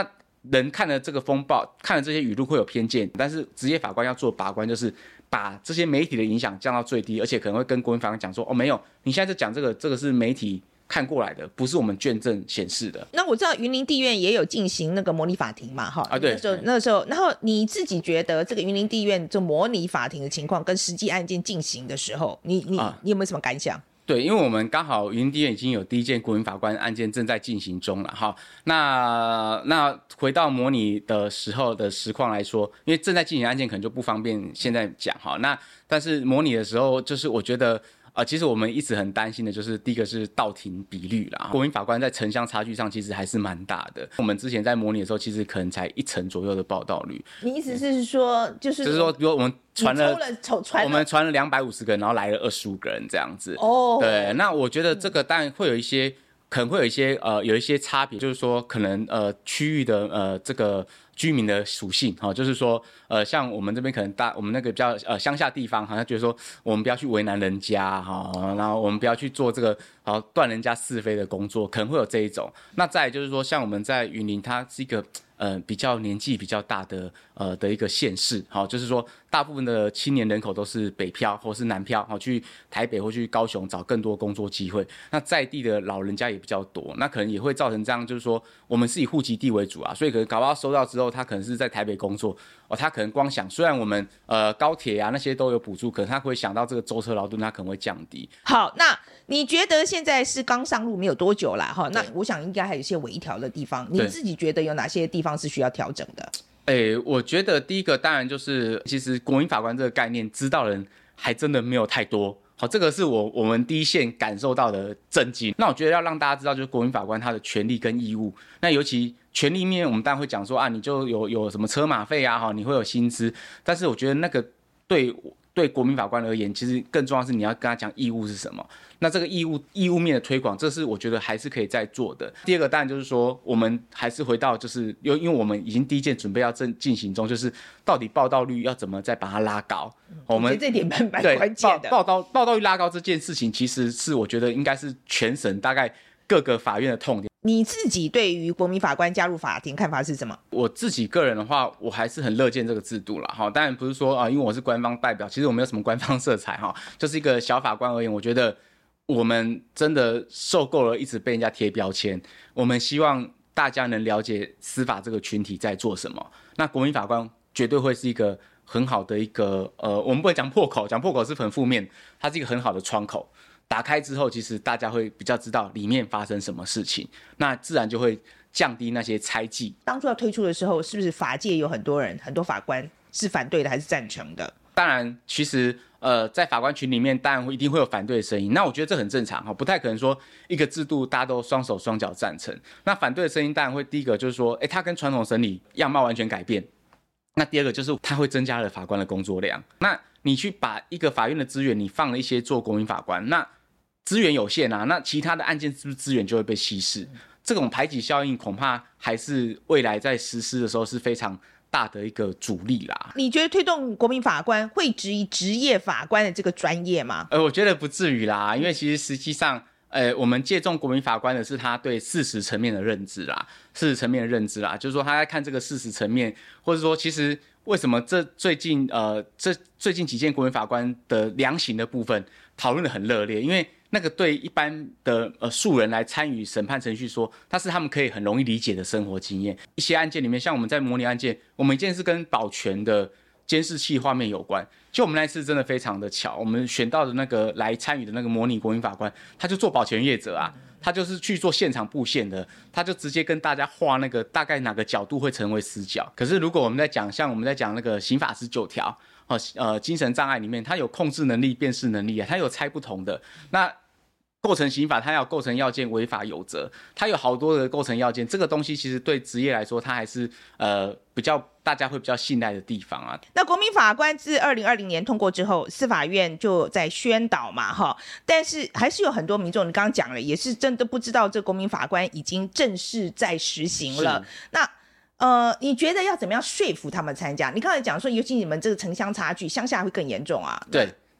人看了这个风暴，看了这些语录会有偏见，但是职业法官要做把关，就是把这些媒体的影响降到最低，而且可能会跟国民法官讲说，没有，你现在在讲这个是媒体看过来的，不是我们卷证显示的。 那我知道云林地院也有进行那个模拟法庭嘛， 对， 那个时候，然后你自己觉得这个云林地院这模拟法庭的情况跟实际案件进行的时候，你有没有什么感想？ 对，因为我们刚好云林地院已经有第一件国民法官案件正在进行中了哈。那回到模拟的时候的实况来说，因为正在进行案件可能就不方便现在讲哈。但是模拟的时候，就是我觉得其实我们一直很担心的就是第一个是到庭比率啦，国民法官在城乡差距上其实还是蛮大的。我们之前在模拟的时候，其实可能才1成左右的报道率。 你意思是说，就是说， 比如我们我们传了250个人，然后来了25个人这样子。对，那我觉得这个当然会有一些，可能会有一些差别，就是说可能区域的这个居民的属性就是说像我们这边可能我们那个比较乡下地方，好像觉得说我们不要去为难人家然后我们不要去做这个断人家是非的工作，可能会有这一种。那再来就是说，像我们在云林，它是一个比较年纪比较大的一个县市，就是说大部分的青年人口都是北漂或是南漂，去台北或去高雄找更多工作机会。那在地的老人家也比较多，那可能也会造成这样，就是说我们是以户籍地为主啊，所以可能搞不好收到之后，他可能是在台北工作他可能光想，虽然我们高铁啊那些都有补助，可能他会想到这个舟车劳顿，他可能会降低。 好，那你觉得现在是刚上路没有多久啦那我想应该还有一些微调的地方，你自己觉得有哪些地方是需要调整的？ 我觉得第一个当然就是其实国民法官这个概念知道的人还真的没有太多。好，这个是我们第一线感受到的震惊。那我觉得要让大家知道，就是国民法官他的权利跟义务。那尤其权利面，我们当然会讲说你就有什么车马费啊，你会有薪资。但是我觉得那个对国民法官而言，其实更重要的是你要跟他讲义务是什么。那这个义务面的推广，这是我觉得还是可以再做的。第二个当然就是说，我们还是回到就是因为我们已经第一件准备要进行中，就是到底报道率要怎么再把它拉高。 我觉得这点蛮关键的。 报道率拉高这件事情，其实是我觉得应该是全省大概各个法院的痛点。 你自己对于国民法官加入法庭看法是什么？ 我自己个人的话，我还是很乐见这个制度啦。当然不是说因为我是官方代表，其实我没有什么官方色彩就是一个小法官而言，我觉得我们真的受够了一直被人家贴标签。我们希望大家能了解司法这个群体在做什么。那国民法官绝对会是一个很好的一个我们不会讲破口，讲破口是很负面，它是一个很好的窗口。打开之后，其实大家会比较知道里面发生什么事情，那自然就会降低那些猜忌。 当初要推出的时候，是不是法界有很多人、很多法官是反对的，还是赞成的？ 当然，其实在法官群里面，当然一定会有反对的声音。那我觉得这很正常不太可能说一个制度大家都双手双脚赞成。那反对的声音当然会第一个就是说，它跟传统审理样貌完全改变。那第二个就是它会增加了法官的工作量。那你去把一个法院的资源，你放了一些做国民法官，那资源有限那其他的案件是不是资源就会被稀释？这种排挤效应恐怕还是未来在实施的时候是非常大的一个阻力啦。 你觉得推动国民法官会质疑职业法官的这个专业吗？ 我觉得不至于啦，因为其实实际上我们借重国民法官的是他对事实层面的认知啦，就是说他在看这个事实层面，或者说其实为什么最近几件国民法官的量刑的部分讨论的很热烈，因为那个对一般的素人来参与审判程序说，它是他们可以很容易理解的生活经验。一些案件里面，像我们在模拟案件，我们一件是跟保全的监视器画面有关，就我们那一次真的非常的巧，我们选到的那个来参与的那个模拟国民法官，他就做保全业者他就是去做现场布线的，他就直接跟大家画那个大概哪个角度会成为死角。可是如果我们在讲像我们在讲那个刑法19条精神障碍里面，他有控制能力、辨识能力他有猜不同的。那构成刑法，它要构成要件，违法有责，它有好多的构成要件。这个东西其实对职业来说，它还是比较大家会比较信赖的地方那国民法官自2020年通过之后，司法院就在宣导嘛但是还是有很多民众，你刚刚讲了，也是真的不知道这国民法官已经正式在实行了。那你觉得要怎么样说服他们参加？你刚才讲说，尤其你们这个城乡差距，乡下会更严重对。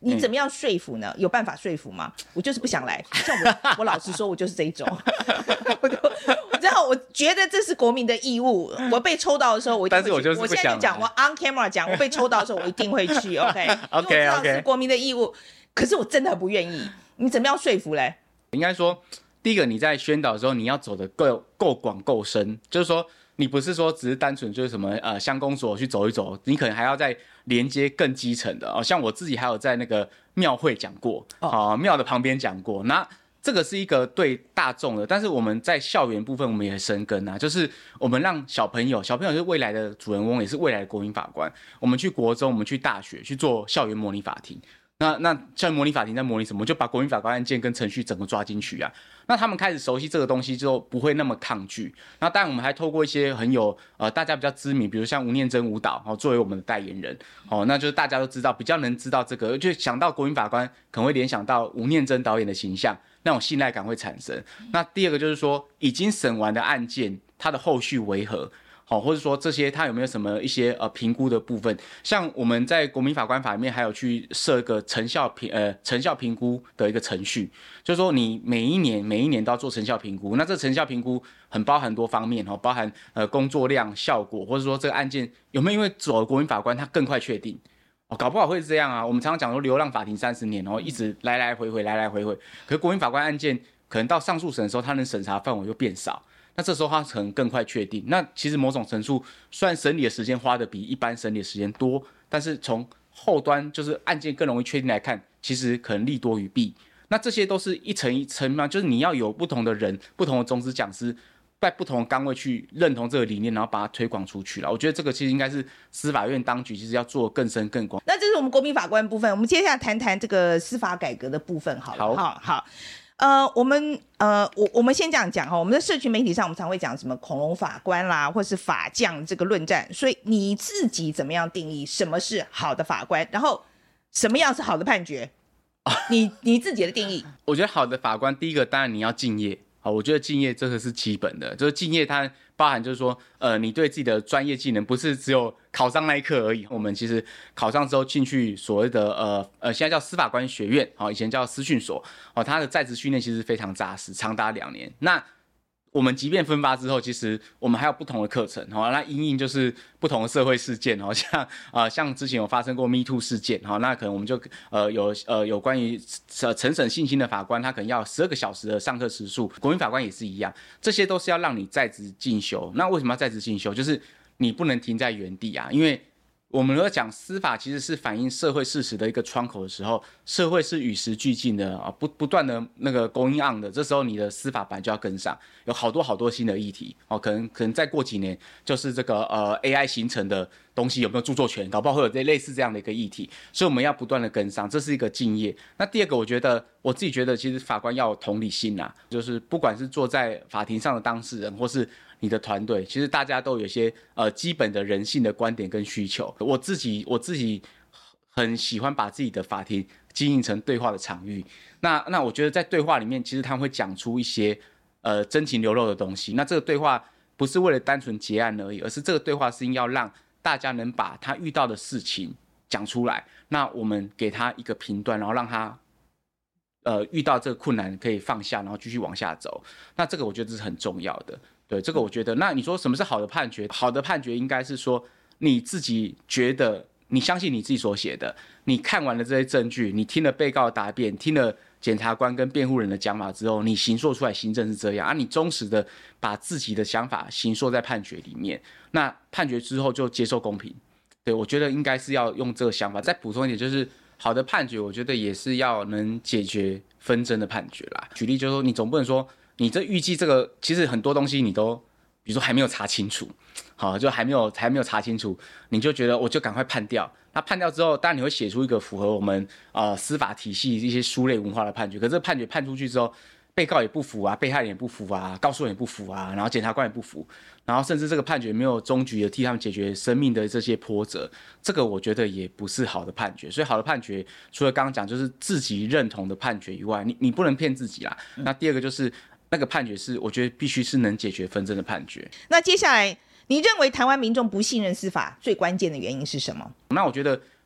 你怎么样说服呢？有办法说服吗？我就是不想来，像我老实说，我就是这一种。然后我觉得这是国民的义务，我被抽到的时候我一定会去。 但是我就是不想来。 我现在就讲，我 on camera 讲，我被抽到的时候我一定会去。OK， 因为我知道是国民的义务，可是我真的很不愿意。你怎么样说服嘞？ 应该说，第一个你在宣导的时候，你要走得够广够深，就是说你不是说只是单纯就是什么乡公所去走一走，你可能还要再连接更基层的像我自己还有在那个庙会讲过，庙的旁边讲过，那这个是一个对大众的，但是我们在校园部分我们也深耕啊，就是我们让小朋友是未来的主人翁，也是未来的国民法官，我们去国中，我们去大学去做校园模拟法庭。那校园模拟法庭在模拟什么？就把国民法官案件跟程序整个抓进去啊。那他们开始熟悉这个东西之后，不会那么抗拒。那当然，我们还透过一些很有大家比较知名，比如像吴念真舞蹈作为我们的代言人那就是大家都知道，比较能知道这个，就想到国民法官可能会联想到吴念真导演的形象，那种信赖感会产生。那第二个就是说，已经审完的案件，它的后续为何？或者说这些他有没有什么一些评估的部分？像我们在国民法官法里面还有去设一个成效评估的一个程序，就是说你每一年都要做成效评估。那这成效评估很包含很多方面包含工作量、效果，或者说这个案件有没有因为走了国民法官他更快确定。搞不好会是这样啊。我们常常讲说流浪法庭30年，一直来来回回，可是国民法官案件可能到上诉审的时候，他能审查范围又变少。那这时候他可能更快确定。那其实某种程度，虽然审理的时间花的比一般审理的时间多，但是从后端就是案件更容易确定来看，其实可能利多于弊。那这些都是一层一层嘛，就是你要有不同的人、不同的种子讲师，在不同的岗位去认同这个理念，然后把它推广出去了。我觉得这个其实应该是司法院当局其实要做更深更广。 那这是我们国民法官部分，我们接下来谈谈这个司法改革的部分好了。好。我们先这样讲哈，我们的社群媒体上，我们常会讲什么恐龙法官啦，或是法将这个论战。所以你自己怎么样定义什么是好的法官，然后什么样是好的判决？你自己的定义？ 我觉得好的法官，第一个当然你要敬业。我觉得敬业这个是基本的，就是敬业它包含就是说，你对自己的专业技能不是只有考上那一刻而已。我们其实考上之后进去所谓的现在叫司法官学院，以前叫司训所，它的在职训练其实非常扎实，长达2年。那我们即便分发之后，其实我们还有不同的课程，那因应就是不同的社会事件，像之前有发生过 Me Too 事件，那可能我们就有关于承审性侵的法官，他可能要12个小时的上课时数，国民法官也是一样，这些都是要让你在职进修。那为什么要在职进修？就是你不能停在原地啊，因为我们如果讲司法其实是反映社会事实的一个窗口的时候，社会是与时俱进的不断的那个 going on 的，这时候你的司法版就要跟上，有好多新的议题可能再过几年就是这个AI 形成的东西有没有著作权，搞不好会有类似这样的一个议题，所以我们要不断的跟上，这是一个敬业。那第二个，我自己觉得其实法官要有同理心啊，就是不管是坐在法庭上的当事人或是你的团队，其实大家都有一些基本的人性的观点跟需求。我自己很喜欢把自己的法庭经营成对话的场域。那我觉得在对话里面，其实他们会讲出一些真情流露的东西。那这个对话不是为了单纯结案而已，而是这个对话是要让大家能把他遇到的事情讲出来。那我们给他一个评断，然后让他遇到这个困难可以放下，然后继续往下走。那这个我觉得这是很重要的。对，这个我觉得。那你说什么是好的判决？好的判决应该是说你自己觉得，你相信你自己所写的，你看完了这些证据，你听了被告的答辩，听了检察官跟辩护人的讲法之后，你形塑出来行政是这样，你忠实的把自己的想法形塑在判决里面，那判决之后就接受公平。对，我觉得应该是要用这个想法。再补充一点，就是好的判决，我觉得也是要能解决纷争的判决啦。举例就是说，你总不能说你这预计这个，其实很多东西你都，比如说还没有查清楚，好，就还没有查清楚，你就觉得我就赶快判掉。那判掉之后，当然你会写出一个符合我们司法体系一些书类文化的判决。可是这个判决判出去之后，被告也不服啊，被害人也不服啊，告诉人也不服啊，然后检察官也不服，然后甚至这个判决没有终局的替他们解决生命的这些波折，这个我觉得也不是好的判决。所以好的判决，除了刚刚讲就是自己认同的判决以外，你不能骗自己啦。那第二个就是那个判决是我觉得必须是能解决纷争的判决。 那接下来你认为台湾民众不信任司法最关键的原因是什么？ 那我觉得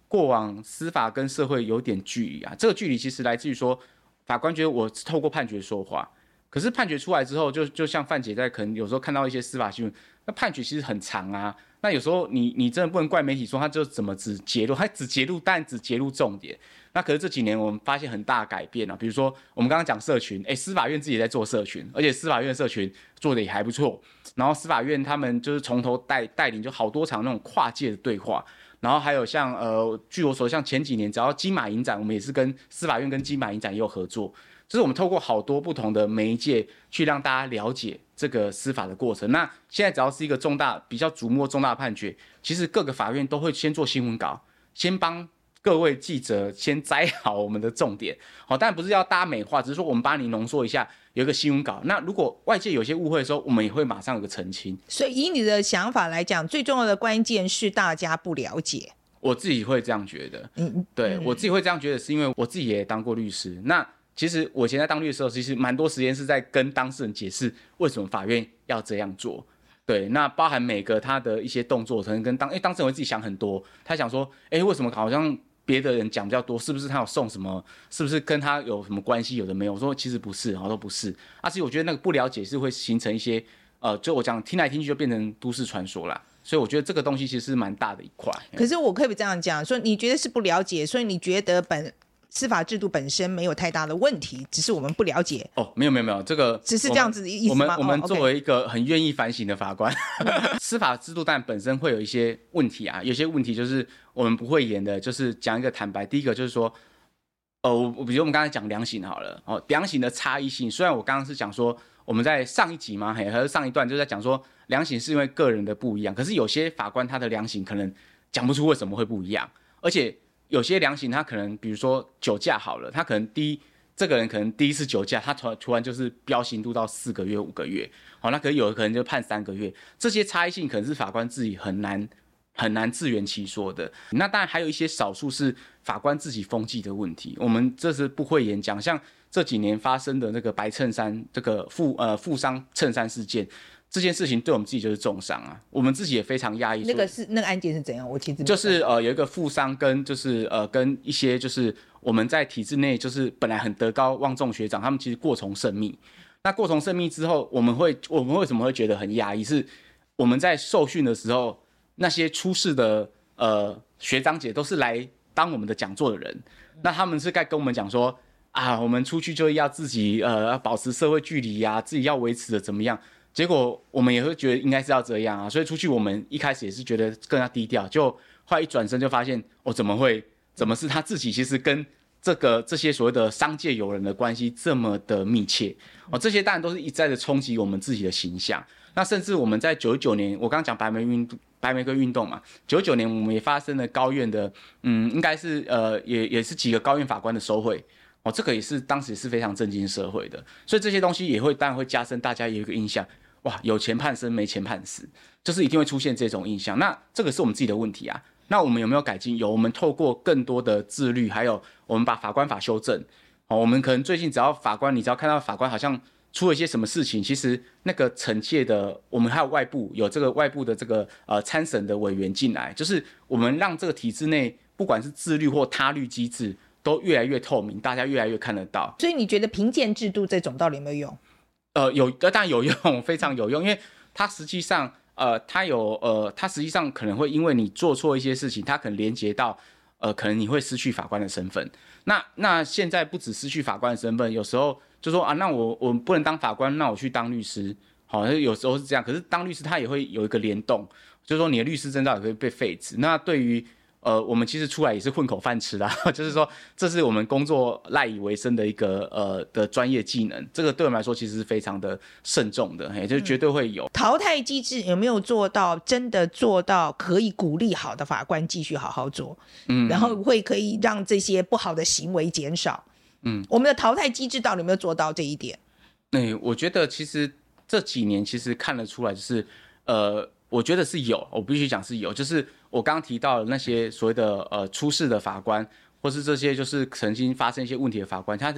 过往司法跟社会有点距离啊。这个距离其实来自于说，法官觉得我透过判决说话，可是判决出来之后，就像范姐在可能有时候看到一些司法新闻，那判决其实很长啊。那有时候你真的不能怪媒体说他就怎么只揭露，他只揭露，但只揭露重点。那可是这几年我们发现很大的改变啊，比如说我们刚刚讲社群，司法院自己也在做社群，而且司法院社群做的也还不错。然后司法院他们就是从头带领就好多场那种跨界的对话。然后还有像据我所知，像前几年只要金马影展，我们也是跟司法院跟金马影展也有合作。就是我们透过好多不同的媒介去让大家了解这个司法的过程。那现在只要是一个比较瞩目重大的判决，其实各个法院都会先做新闻稿，先帮各位记者先摘好我们的重点。好，当然不是要大家美化，只是说我们帮你浓缩一下，有一个新闻稿。那如果外界有些误会的时候，我们也会马上有个澄清。 所以以你的想法来讲，最重要的关键是大家不了解。 我自己会这样觉得，对，我自己会这样觉得，是因为我自己也当过律师。那其实我以前在当律师的时候，其实蛮多时间是在跟当事人解释为什么法院要这样做。对，那包含每个他的一些动作，可能跟当事人会自己想很多，他想说，为什么好像别的人讲比较多，是不是他有送什么，是不是跟他有什么关系，有的没有？我说其实不是，都不是。其实我觉得那个不了解是会形成一些就我讲听来听去就变成都市传说啦。所以我觉得这个东西其实是蛮大的一块。 可是我可不可以这样讲，说你觉得是不了解，所以你觉得司法制度本身没有太大的问题，只是我们不了解。 没有，这个只是这样子的意思吗？ 我们作为一个很愿意反省的法官，司法制度但本身会有一些问题啊，有些问题就是我们不会演的，就是讲一个坦白。第一个就是说，比如我们刚才讲量刑好了，量刑的差异性，虽然我刚刚是讲说我们在上一集吗？还是上一段就在讲说量刑是因为个人的不一样，可是有些法官他的量刑可能讲不出为什么会不一样，而且有些量刑他可能比如说酒驾好了，他可能这个人可能第一次酒驾，他突然就是飙刑度到4个月、5个月，那可是有的可能就判3个月，这些差异性可能是法官自己很难自圆其说的。那当然还有一些少数是法官自己风纪的问题，我们这是不会演讲，像这几年发生的那个白衬衫这个富商衬衫事件。这件事情对我们自己就是重伤啊，我们自己也非常压抑。 那个案件是怎样？我其实就是有一个富商跟跟一些就是我们在体制内就是本来很德高望重学长，他们其实过从甚密。那过从甚密之后，我们为什么会觉得很压抑？是我们在受训的时候，那些出事的学长姐都是来当我们的讲座的人，那他们是该跟我们讲说我们出去就要自己要保持社会距离啊，自己要维持的怎么样。结果我们也会觉得应该是要这样啊，所以出去我们一开始也是觉得更加低调，就后来一转身就发现怎么是他自己其实跟这些所谓的商界友人的关系这么的密切这些当然都是一再的冲击我们自己的形象。那甚至我们在99年，我刚刚讲白玫瑰运动嘛，99年我们也发生了高院的应该是也是几个高院法官的收贿。这个也是当时是非常震惊社会的，所以这些东西也会当然会加深大家有一个印象，哇，有钱判生没钱判死，就是一定会出现这种印象。那这个是我们自己的问题啊。那我们有没有改进？有，我们透过更多的自律，还有我们把法官法修正。我们可能最近你只要看到法官好像出了一些什么事情，其实那个惩戒的，我们还有有这个外部的这个参审的委员进来，就是我们让这个体制内不管是自律或他律机制。都越来越透明，大家越来越看得到。 所以你觉得评鉴制度这种到底有没有用？ 有，当然有用，非常有用，因为它实际上，它实际上可能会因为你做错一些事情，它可能连接到，可能你会失去法官的身份。那现在不只失去法官的身份，有时候就说那我不能当法官，那我去当律师，好，有时候是这样。可是当律师他也会有一个联动，就是说你的律师证照也会被废止。那对于我们其实出来也是混口饭吃的就是说这是我们工作赖以为生的一个的专业技能，这个对我们来说其实是非常的慎重的，就绝对会有。 淘汰机制有没有真的做到可以鼓励好的法官继续好好做，然后可以让这些不好的行为减少？我们的淘汰机制到底有没有做到这一点？ 我觉得其实这几年其实看得出来，就是我觉得是有，我必须讲是有，就是我刚刚提到的那些所谓的出事的法官，或是这些就是曾经发生一些问题的法官，他是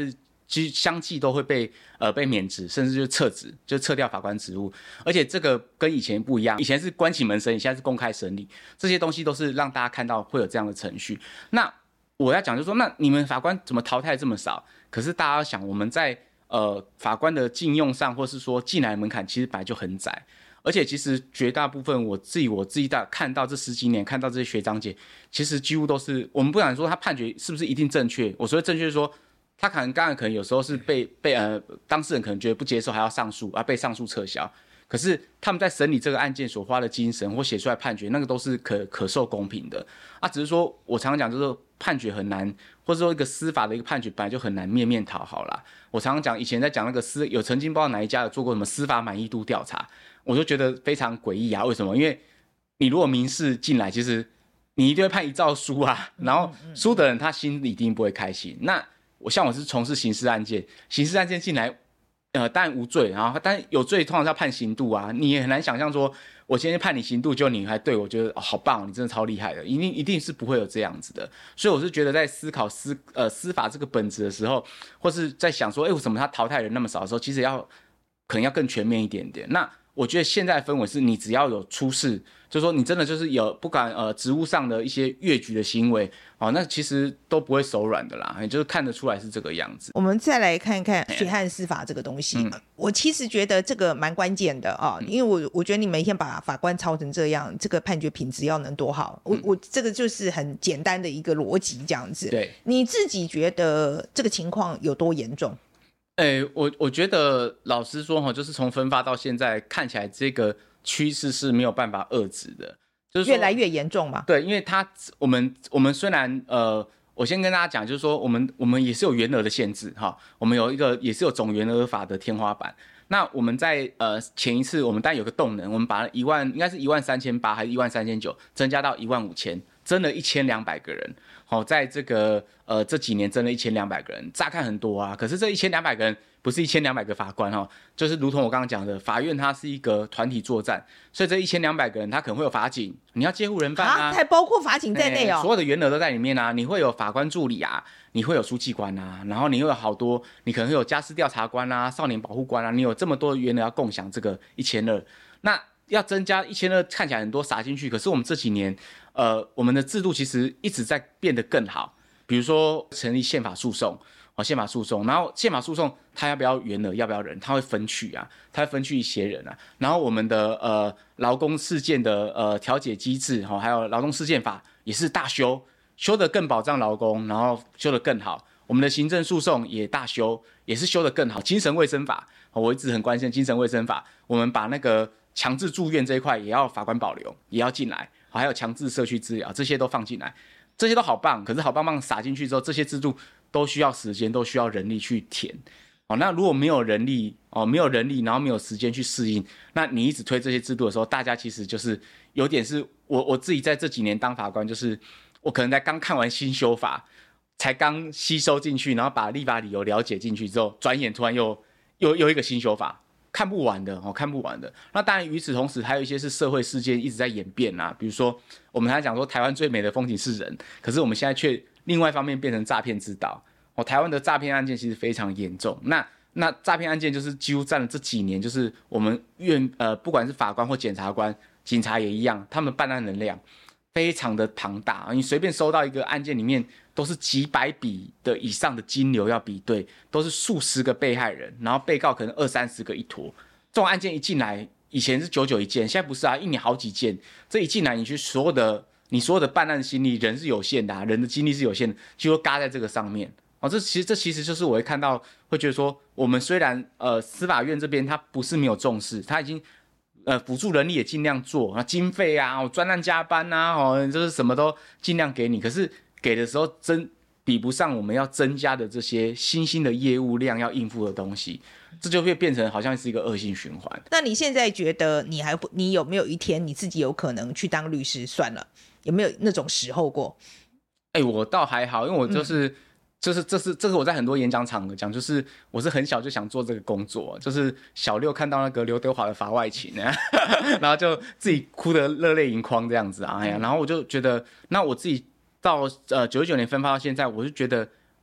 相继都会被免职，甚至就撤职，就撤掉法官职务。而且这个跟以前不一样，以前是关起门审理，现在是公开审理，这些东西都是让大家看到会有这样的程序。那我要讲就是说，那你们法官怎么淘汰这么少？可是大家要想，我们在法官的禁用上，或是说进来门槛，其实本来就很窄。而且其实绝大部分我自己看到这10几年看到这些学长姐，其实几乎都是，我们不敢说他判决是不是一定正确，我所谓正确是说他可能有时候是被当事人可能觉得不接受还要上诉被上诉撤销，可是他们在审理这个案件所花的精神或写出来判决，那个都是可受公平的只是说我常常讲就是判决很难，或者说一个司法的一个判决本来就很难面面讨好啦。我常常讲以前在讲那个有曾经不知道哪一家有做过什么司法满意度调查，我就觉得非常诡异为什么？因为你如果民事进来，其实你一定会判一照书然后输的人他心里一定不会开心。那我是从事刑事案件进来，当然无罪，然后但有罪通常是要判刑度你也很难想象说，我今天判你刑度，就你还对我觉得好棒，你真的超厉害的，一定是不会有这样子的。所以我是觉得在思考司法这个本质的时候，或是在想说，为什么他淘汰人那么少的时候，其实可能要更全面一点点。那我觉得现在的氛围是你只要有出事，就是说你真的就是有不管职务上的一些越矩的行为那其实都不会手软的啦，也就是看得出来是这个样子。 我们再来看看血汗司法这个东西，我其实觉得这个蛮关键的因为我觉得你每天把法官操成这样，这个判决品质要能多好，我这个就是很简单的一个逻辑这样子。 对， 你自己觉得这个情况有多严重？ 我觉得老实说就是从分发到现在看起来这个趋势是没有办法遏制的，就是说越来越严重嘛。 对，因为我们虽然我先跟大家讲，就是说我们也是有原额的限制我们有一个也是有总原额法的天花板。那我们在前一次我们当然有个动能，我们把应该是13800还是13900增加到15000，增了1200个人。在这个这几年增了1200个人，乍看很多可是这1200个人不是1200个法官就是如同我刚刚讲的，法院它是一个团体作战，所以这1200个人他可能会有法警，你要接护人犯还包括法警在内所有的员额都在里面你会有法官助理你会有书记官然后你会有好多，你可能会有家事调查官少年保护官你有这么多的员额要共享这个1200，那要增加1200看起来很多撒进去，可是我们这几年我们的制度其实一直在变得更好。比如说成立宪法诉讼然后宪法诉讼它要不要员额要不要人，它会分区它会分区一些人然后我们的劳工事件的调解机制还有劳动事件法也是大修得更保障劳工，然后修得更好。我们的行政诉讼也大修，也是修得更好。精神卫生法我一直很关心精神卫生法，我们把那个强制住院这一块也要法官保留，也要进来，还有强制社区治疗这些都放进来，这些都好棒。可是好棒棒撒进去之后，这些制度都需要时间，都需要人力去填那如果没有人力然后没有时间去适应，那你一直推这些制度的时候，大家其实就是有点是我自己在这几年当法官，就是我可能在刚看完新修法，才刚吸收进去，然后把立法理由了解进去之后，转眼突然又一个新修法，看不完的。那当然与此同时还有一些是社会事件一直在演变比如说我们还讲说台湾最美的风景是人，可是我们现在却另外一方面变成诈骗之岛台湾的诈骗案件其实非常严重。那诈骗案件就是几乎占了这几年，就是我们不管是法官或检察官、警察也一样，他们办案能量非常的庞大，你随便收到一个案件里面都是几百笔的以上的金流要比对，都是数十个被害人，然后被告可能20-30个一坨。这种案件一进来，以前是久一件，现在不是一年好几件。这一进来，你所有的办案心力，人是有限的人的精力是有限的，就会嘎在这个上面这其实就是我会看到，会觉得说，我们虽然司法院这边它不是没有重视，它已经辅助人力也尽量做经费专案加班就是什么都尽量给你，可是给的时候真比不上我们要增加的这些新兴的业务量要应付的东西，这就会变成好像是一个恶性循环。 那你现在觉得你有没有一天你自己有可能去当律师算了？有没有那种时候过？ 我倒还好，因为我这是我在很多演讲场合讲，就是我是很小就想做这个工作，就是小六看到那个刘德华的法外情然后就自己哭得热泪盈眶这样子然后我就觉得，那我自己到99年分发到现在，我就觉得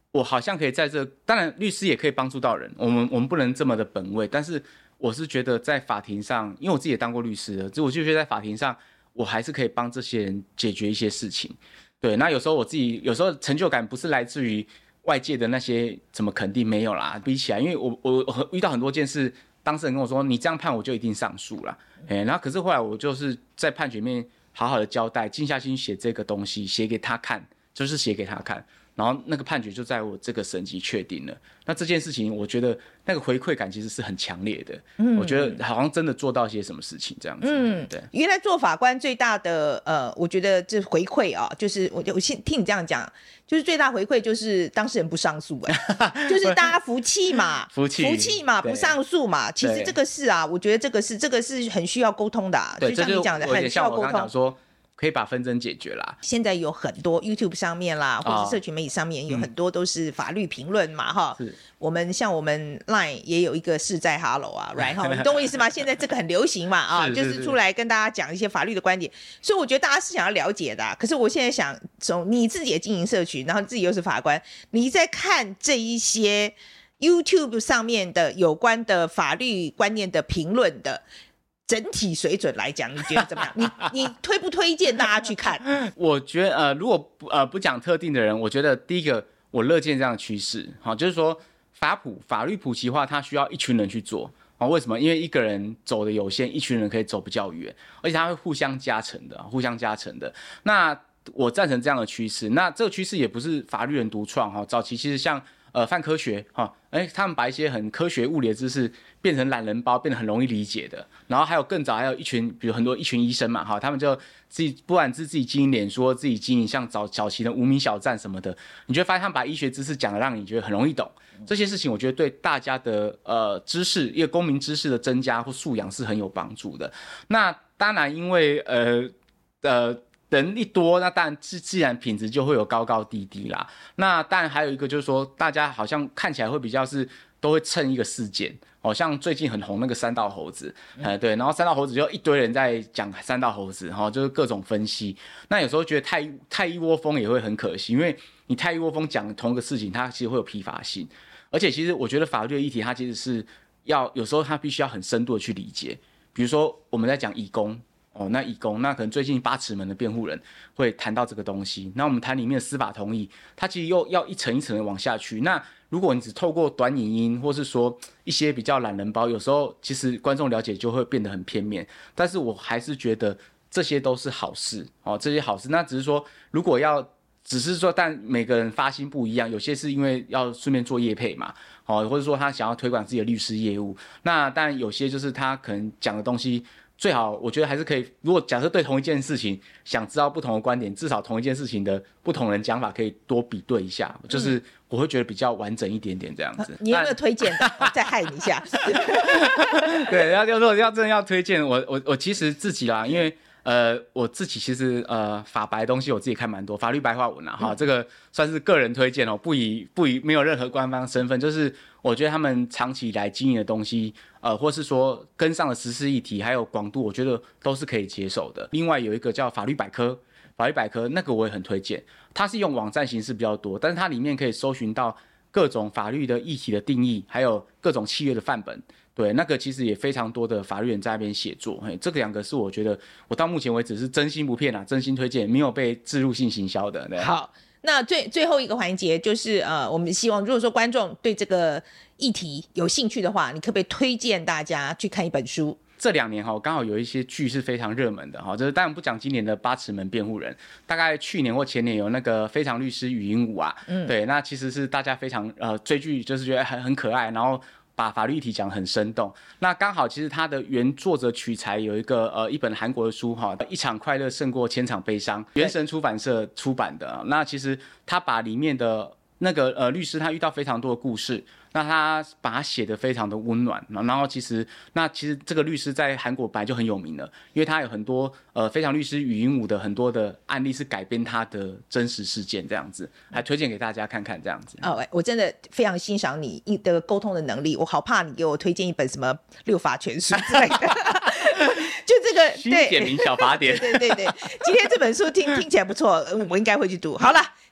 我好像可以在这，当然律师也可以帮助到人，我们不能这么的本位，但是我是觉得在法庭上，因为我自己也当过律师了，我就觉得在法庭上，我还是可以帮这些人解决一些事情。对，那有时候我自己有时候成就感不是来自于外界的那些怎么肯定，没有啦，比起来，因为我遇到很多件事，当事人跟我说你这样判我就一定上诉啦，然后可是后来我就是在判决里面好好的交代，静下心写这个东西，写给他看，就是写给他看。然后那个判决就在我这个省级确定了。那这件事情，我觉得那个回馈感其实是很强烈的。我觉得好像真的做到一些什么事情这样子。对。 原来做法官最大的我觉得这回馈啊，就是我先听你这样讲，就是最大回馈就是当事人不上诉，就是大家服气嘛，服气嘛，不上诉嘛。其实这个是啊，我觉得这个是很需要沟通的啊。 对， 就像你讲的，很需要沟通。 说可以把纷争解决啦。 现在有很多 YouTube 上面啦，或者社群媒体上面有很多都是法律评论嘛，哈。我们 Line 也有一个是在 Hello 啊 ，right 哈，你懂我意思吗？现在这个很流行嘛，啊，就是出来跟大家讲一些法律的观点，所以我觉得大家是想要了解的。可是我现在想，从你自己也经营社群，然后自己又是法官，你在看这一些 YouTube 上面的有关的法律观念的评论的。整体水准来讲，你觉得怎么样？你推不推荐大家去看？ 我觉得如果不讲特定的人，我觉得第一个我乐见这样的趋势，好，就是说法律普及化，它需要一群人去做。为什么？因为一个人走的有限，一群人可以走比较远，而且它会互相加成的。那我赞成这样的趋势。那这个趋势也不是法律人独创哈，早期其实像泛科学哈，他们把一些很科学物理的知识变成懒人包，变得很容易理解的。然后还有更早，还有一群，比如一群医生嘛哈，他们就自己不管是自己经营脸书，自己经营像早期的无名小站什么的，你就会发现他们把医学知识讲得让你觉得很容易懂。这些事情我觉得对大家的知识，一个公民知识的增加或素养是很有帮助的。那当然因为人一多，那当然自然品质就会有高高低低啦。那当然还有一个就是说，大家好像看起来会比较是都会蹭一个事件，像最近很红那个三道猴子，对，然后三道猴子就一堆人在讲三道猴子，就是各种分析。那有时候觉得太一窝蜂也会很可惜，因为你太一窝蜂讲同一个事情，它其实会有疲乏性。而且其实我觉得法律的议题，它其实是有时候它必须要很深度的去理解。比如说我们在讲移工。那移工，那可能最近八尺门的辩护人会谈到这个东西。那我们谈里面的司法同意，它其实又要一层一层的往下去。那如果你只透过短影音，或是说一些比较懒人包，有时候其实观众了解就会变得很片面。但是我还是觉得这些都是好事，这些好事。那只是说，如果只是说，但每个人发心不一样，有些是因为要顺便做业配嘛，或者说他想要推广自己的律师业务。那当然有些就是他可能讲的东西。最好我觉得还是可以，如果假设对同一件事情想知道不同的观点，至少同一件事情的不同人讲法可以多比对一下，就是我会觉得比较完整一点点这样子。 你有没有推荐的？再害你一下。 对，如果真的要推荐，我其实自己啦，因为我自己其实法白的东西我自己看蛮多，法律白话文啦哈，这个算是个人推荐哦，不以没有任何官方身份，就是我觉得他们长期以来经营的东西，或是说跟上的时事议题还有广度，我觉得都是可以接受的。另外有一个叫法律百科那个我也很推荐，它是用网站形式比较多，但是它里面可以搜寻到各种法律的议题的定义，还有各种契约的范本。对，那个其实也非常多的法律人在那边写作，这两个是我觉得我到目前为止是真心不骗啦，真心推荐，没有被置入性行销的。对， 好，那最后一个环节就是我们希望如果说观众对这个议题有兴趣的话，你可不可以推荐大家去看一本书？ 这2年刚好有一些剧是非常热门的，就是当然不讲今年的八尺门辩护人，大概去年或前年有那个非常律师语音舞啊，对，那其实是大家非常追剧就是觉得很可爱，然后把法律议题讲得很生动。那刚好其实他的原作者取材有一本韩国的书一场快乐胜过千场悲伤，原神出版社出版的。那其实他把里面的那个律师他遇到非常多的故事，那他把它写得非常的温暖，然后其实这个律师在韩国本来就很有名了，因为他有很多非常律师语音舞的很多的案例是改编他的真实事件这样子，还推荐给大家看看这样子。 我真的非常欣赏你的沟通的能力，我好怕你给我推荐一本什么六法全书之类的。就这个新简明小法典。 对，今天这本书听起来不错，我应该会去读。好了。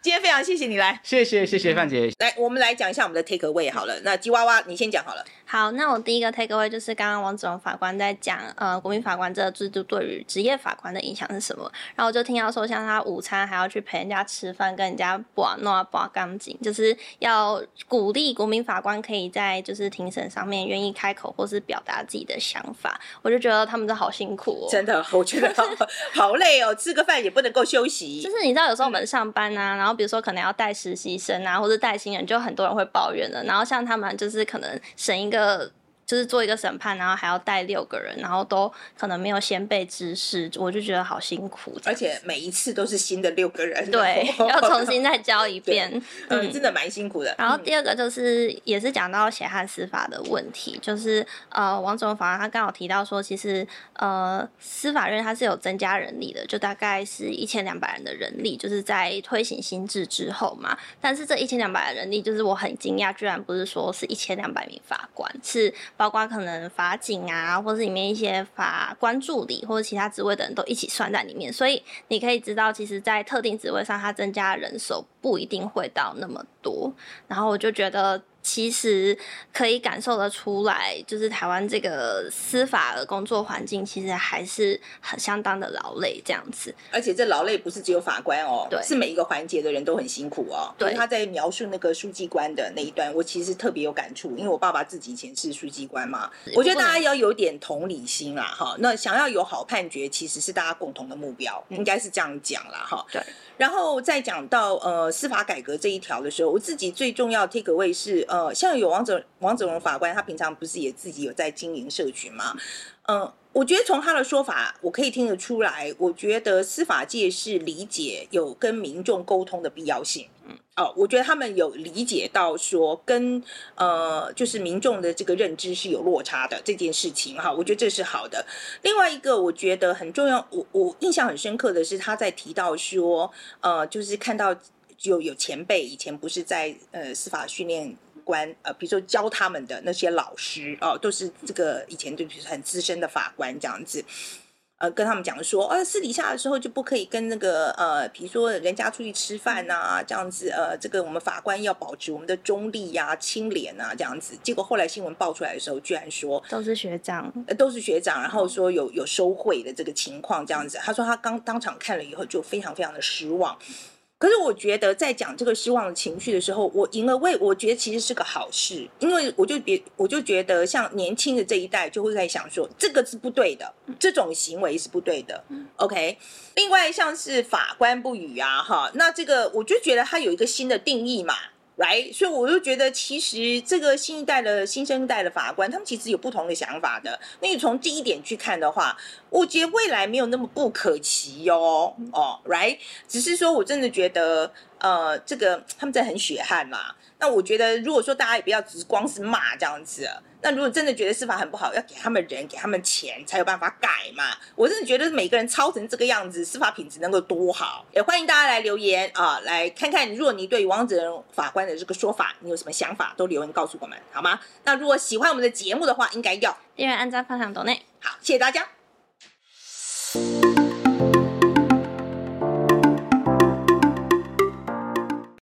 今天非常谢谢你来， 谢谢范姐。 来，我们来讲一下我们的 take away 好了。那吉娃娃，你先讲好了。 好，那我第一个 take away 就是刚刚王子荣法官在讲国民法官这个制度对于职业法官的影响是什么，然后我就听到说像他午餐还要去陪人家吃饭，跟人家把钢筋，就是要鼓励国民法官可以在就是庭审上面愿意开口或是表达自己的想法，我就觉得他们都好辛苦哦， 真的，我觉得好累哦，吃个饭也不能够休息。 就是你知道有时候我们上班啊，然后比如说可能要带实习生啊，或者带新人，就很多人会抱怨的，然后像他们就是可能审一个就是做一个审判，然后还要带6个人，然后都可能没有先辈知识，我就觉得好辛苦。 而且每一次都是新的6个人， 对，要重新再教一遍， 真的蛮辛苦的。 然后第二个就是也是讲到血汗司法的问题，就是王总法官他刚好提到说，其实司法院它是有增加人力的，就大概是1200人的人力，就是在推行新制之后嘛。但是这1200人力，就是我很惊讶，居然不是说是1200名法官，是包括可能法警啊，或是里面一些法官助理或者其他职位的人都一起算在里面，所以你可以知道，其实在特定职位上，它增加人手不一定会到那么多。然后我就觉得其实可以感受得出来，就是台湾这个司法的工作环境其实还是很相当的劳累这样子。 而且这劳累不是只有法官哦， 对， 是每一个环节的人都很辛苦哦。 对， 他在描述那个书记官的那一段，我其实特别有感触，因为我爸爸自己以前是书记官嘛。我觉得大家要有点同理心啦，哈。那想要有好判决，其实是大家共同的目标，应该是这样讲啦，哈。 对。 然后再讲到司法改革这一条的时候，我自己最重要的 take away 是像有王子荣法官，他平常不是也自己有在经营社群吗？我觉得从他的说法，我可以听得出来，我觉得司法界是理解有跟民众沟通的必要性。我觉得他们有理解到说跟就是民众的这个认知是有落差的这件事情哈，我觉得这是好的。另外一个我觉得很重要，我印象很深刻的是他在提到说就是看到有前辈以前不是在司法训练官比如说教他们的那些老师都是这个以前就是很资深的法官这样子。跟他们讲说，私底下的时候就不可以跟那个比如说人家出去吃饭啊，这样子这个我们法官要保持我们的中立啊、清廉啊这样子。结果后来新闻爆出来的时候，居然说都是学长， 然后说有收贿的这个情况这样子。他说他刚当场看了以后就非常非常的失望。可是我觉得在讲这个失望的情绪的时候，我觉得其实是个好事，因为我就觉得像年轻的这一代就会在想说这个是不对的，这种行为是不对的。OK， 另外像是法官不语啊，哈，那这个我就觉得它有一个新的定义嘛。Right? 所以我就觉得其实这个新生代的法官他们其实有不同的想法的。那你从第一点去看的话，我觉得未来没有那么不可期哦。Right? 只是说我真的觉得这个他们真的很血汗嘛。那我觉得如果说大家也不要只光是骂这样子，那如果真的觉得司法很不好，要给他们人给他们钱才有办法改嘛。我真的觉得每个人操成这个样子，司法品质能够多好。也欢迎大家来留言来看看如果你对于王子仁法官的这个说法你有什么想法，都留言告诉我们好吗？那如果喜欢我们的节目的话，应该要订阅、按赞、分享、抖内。 好，谢谢大家。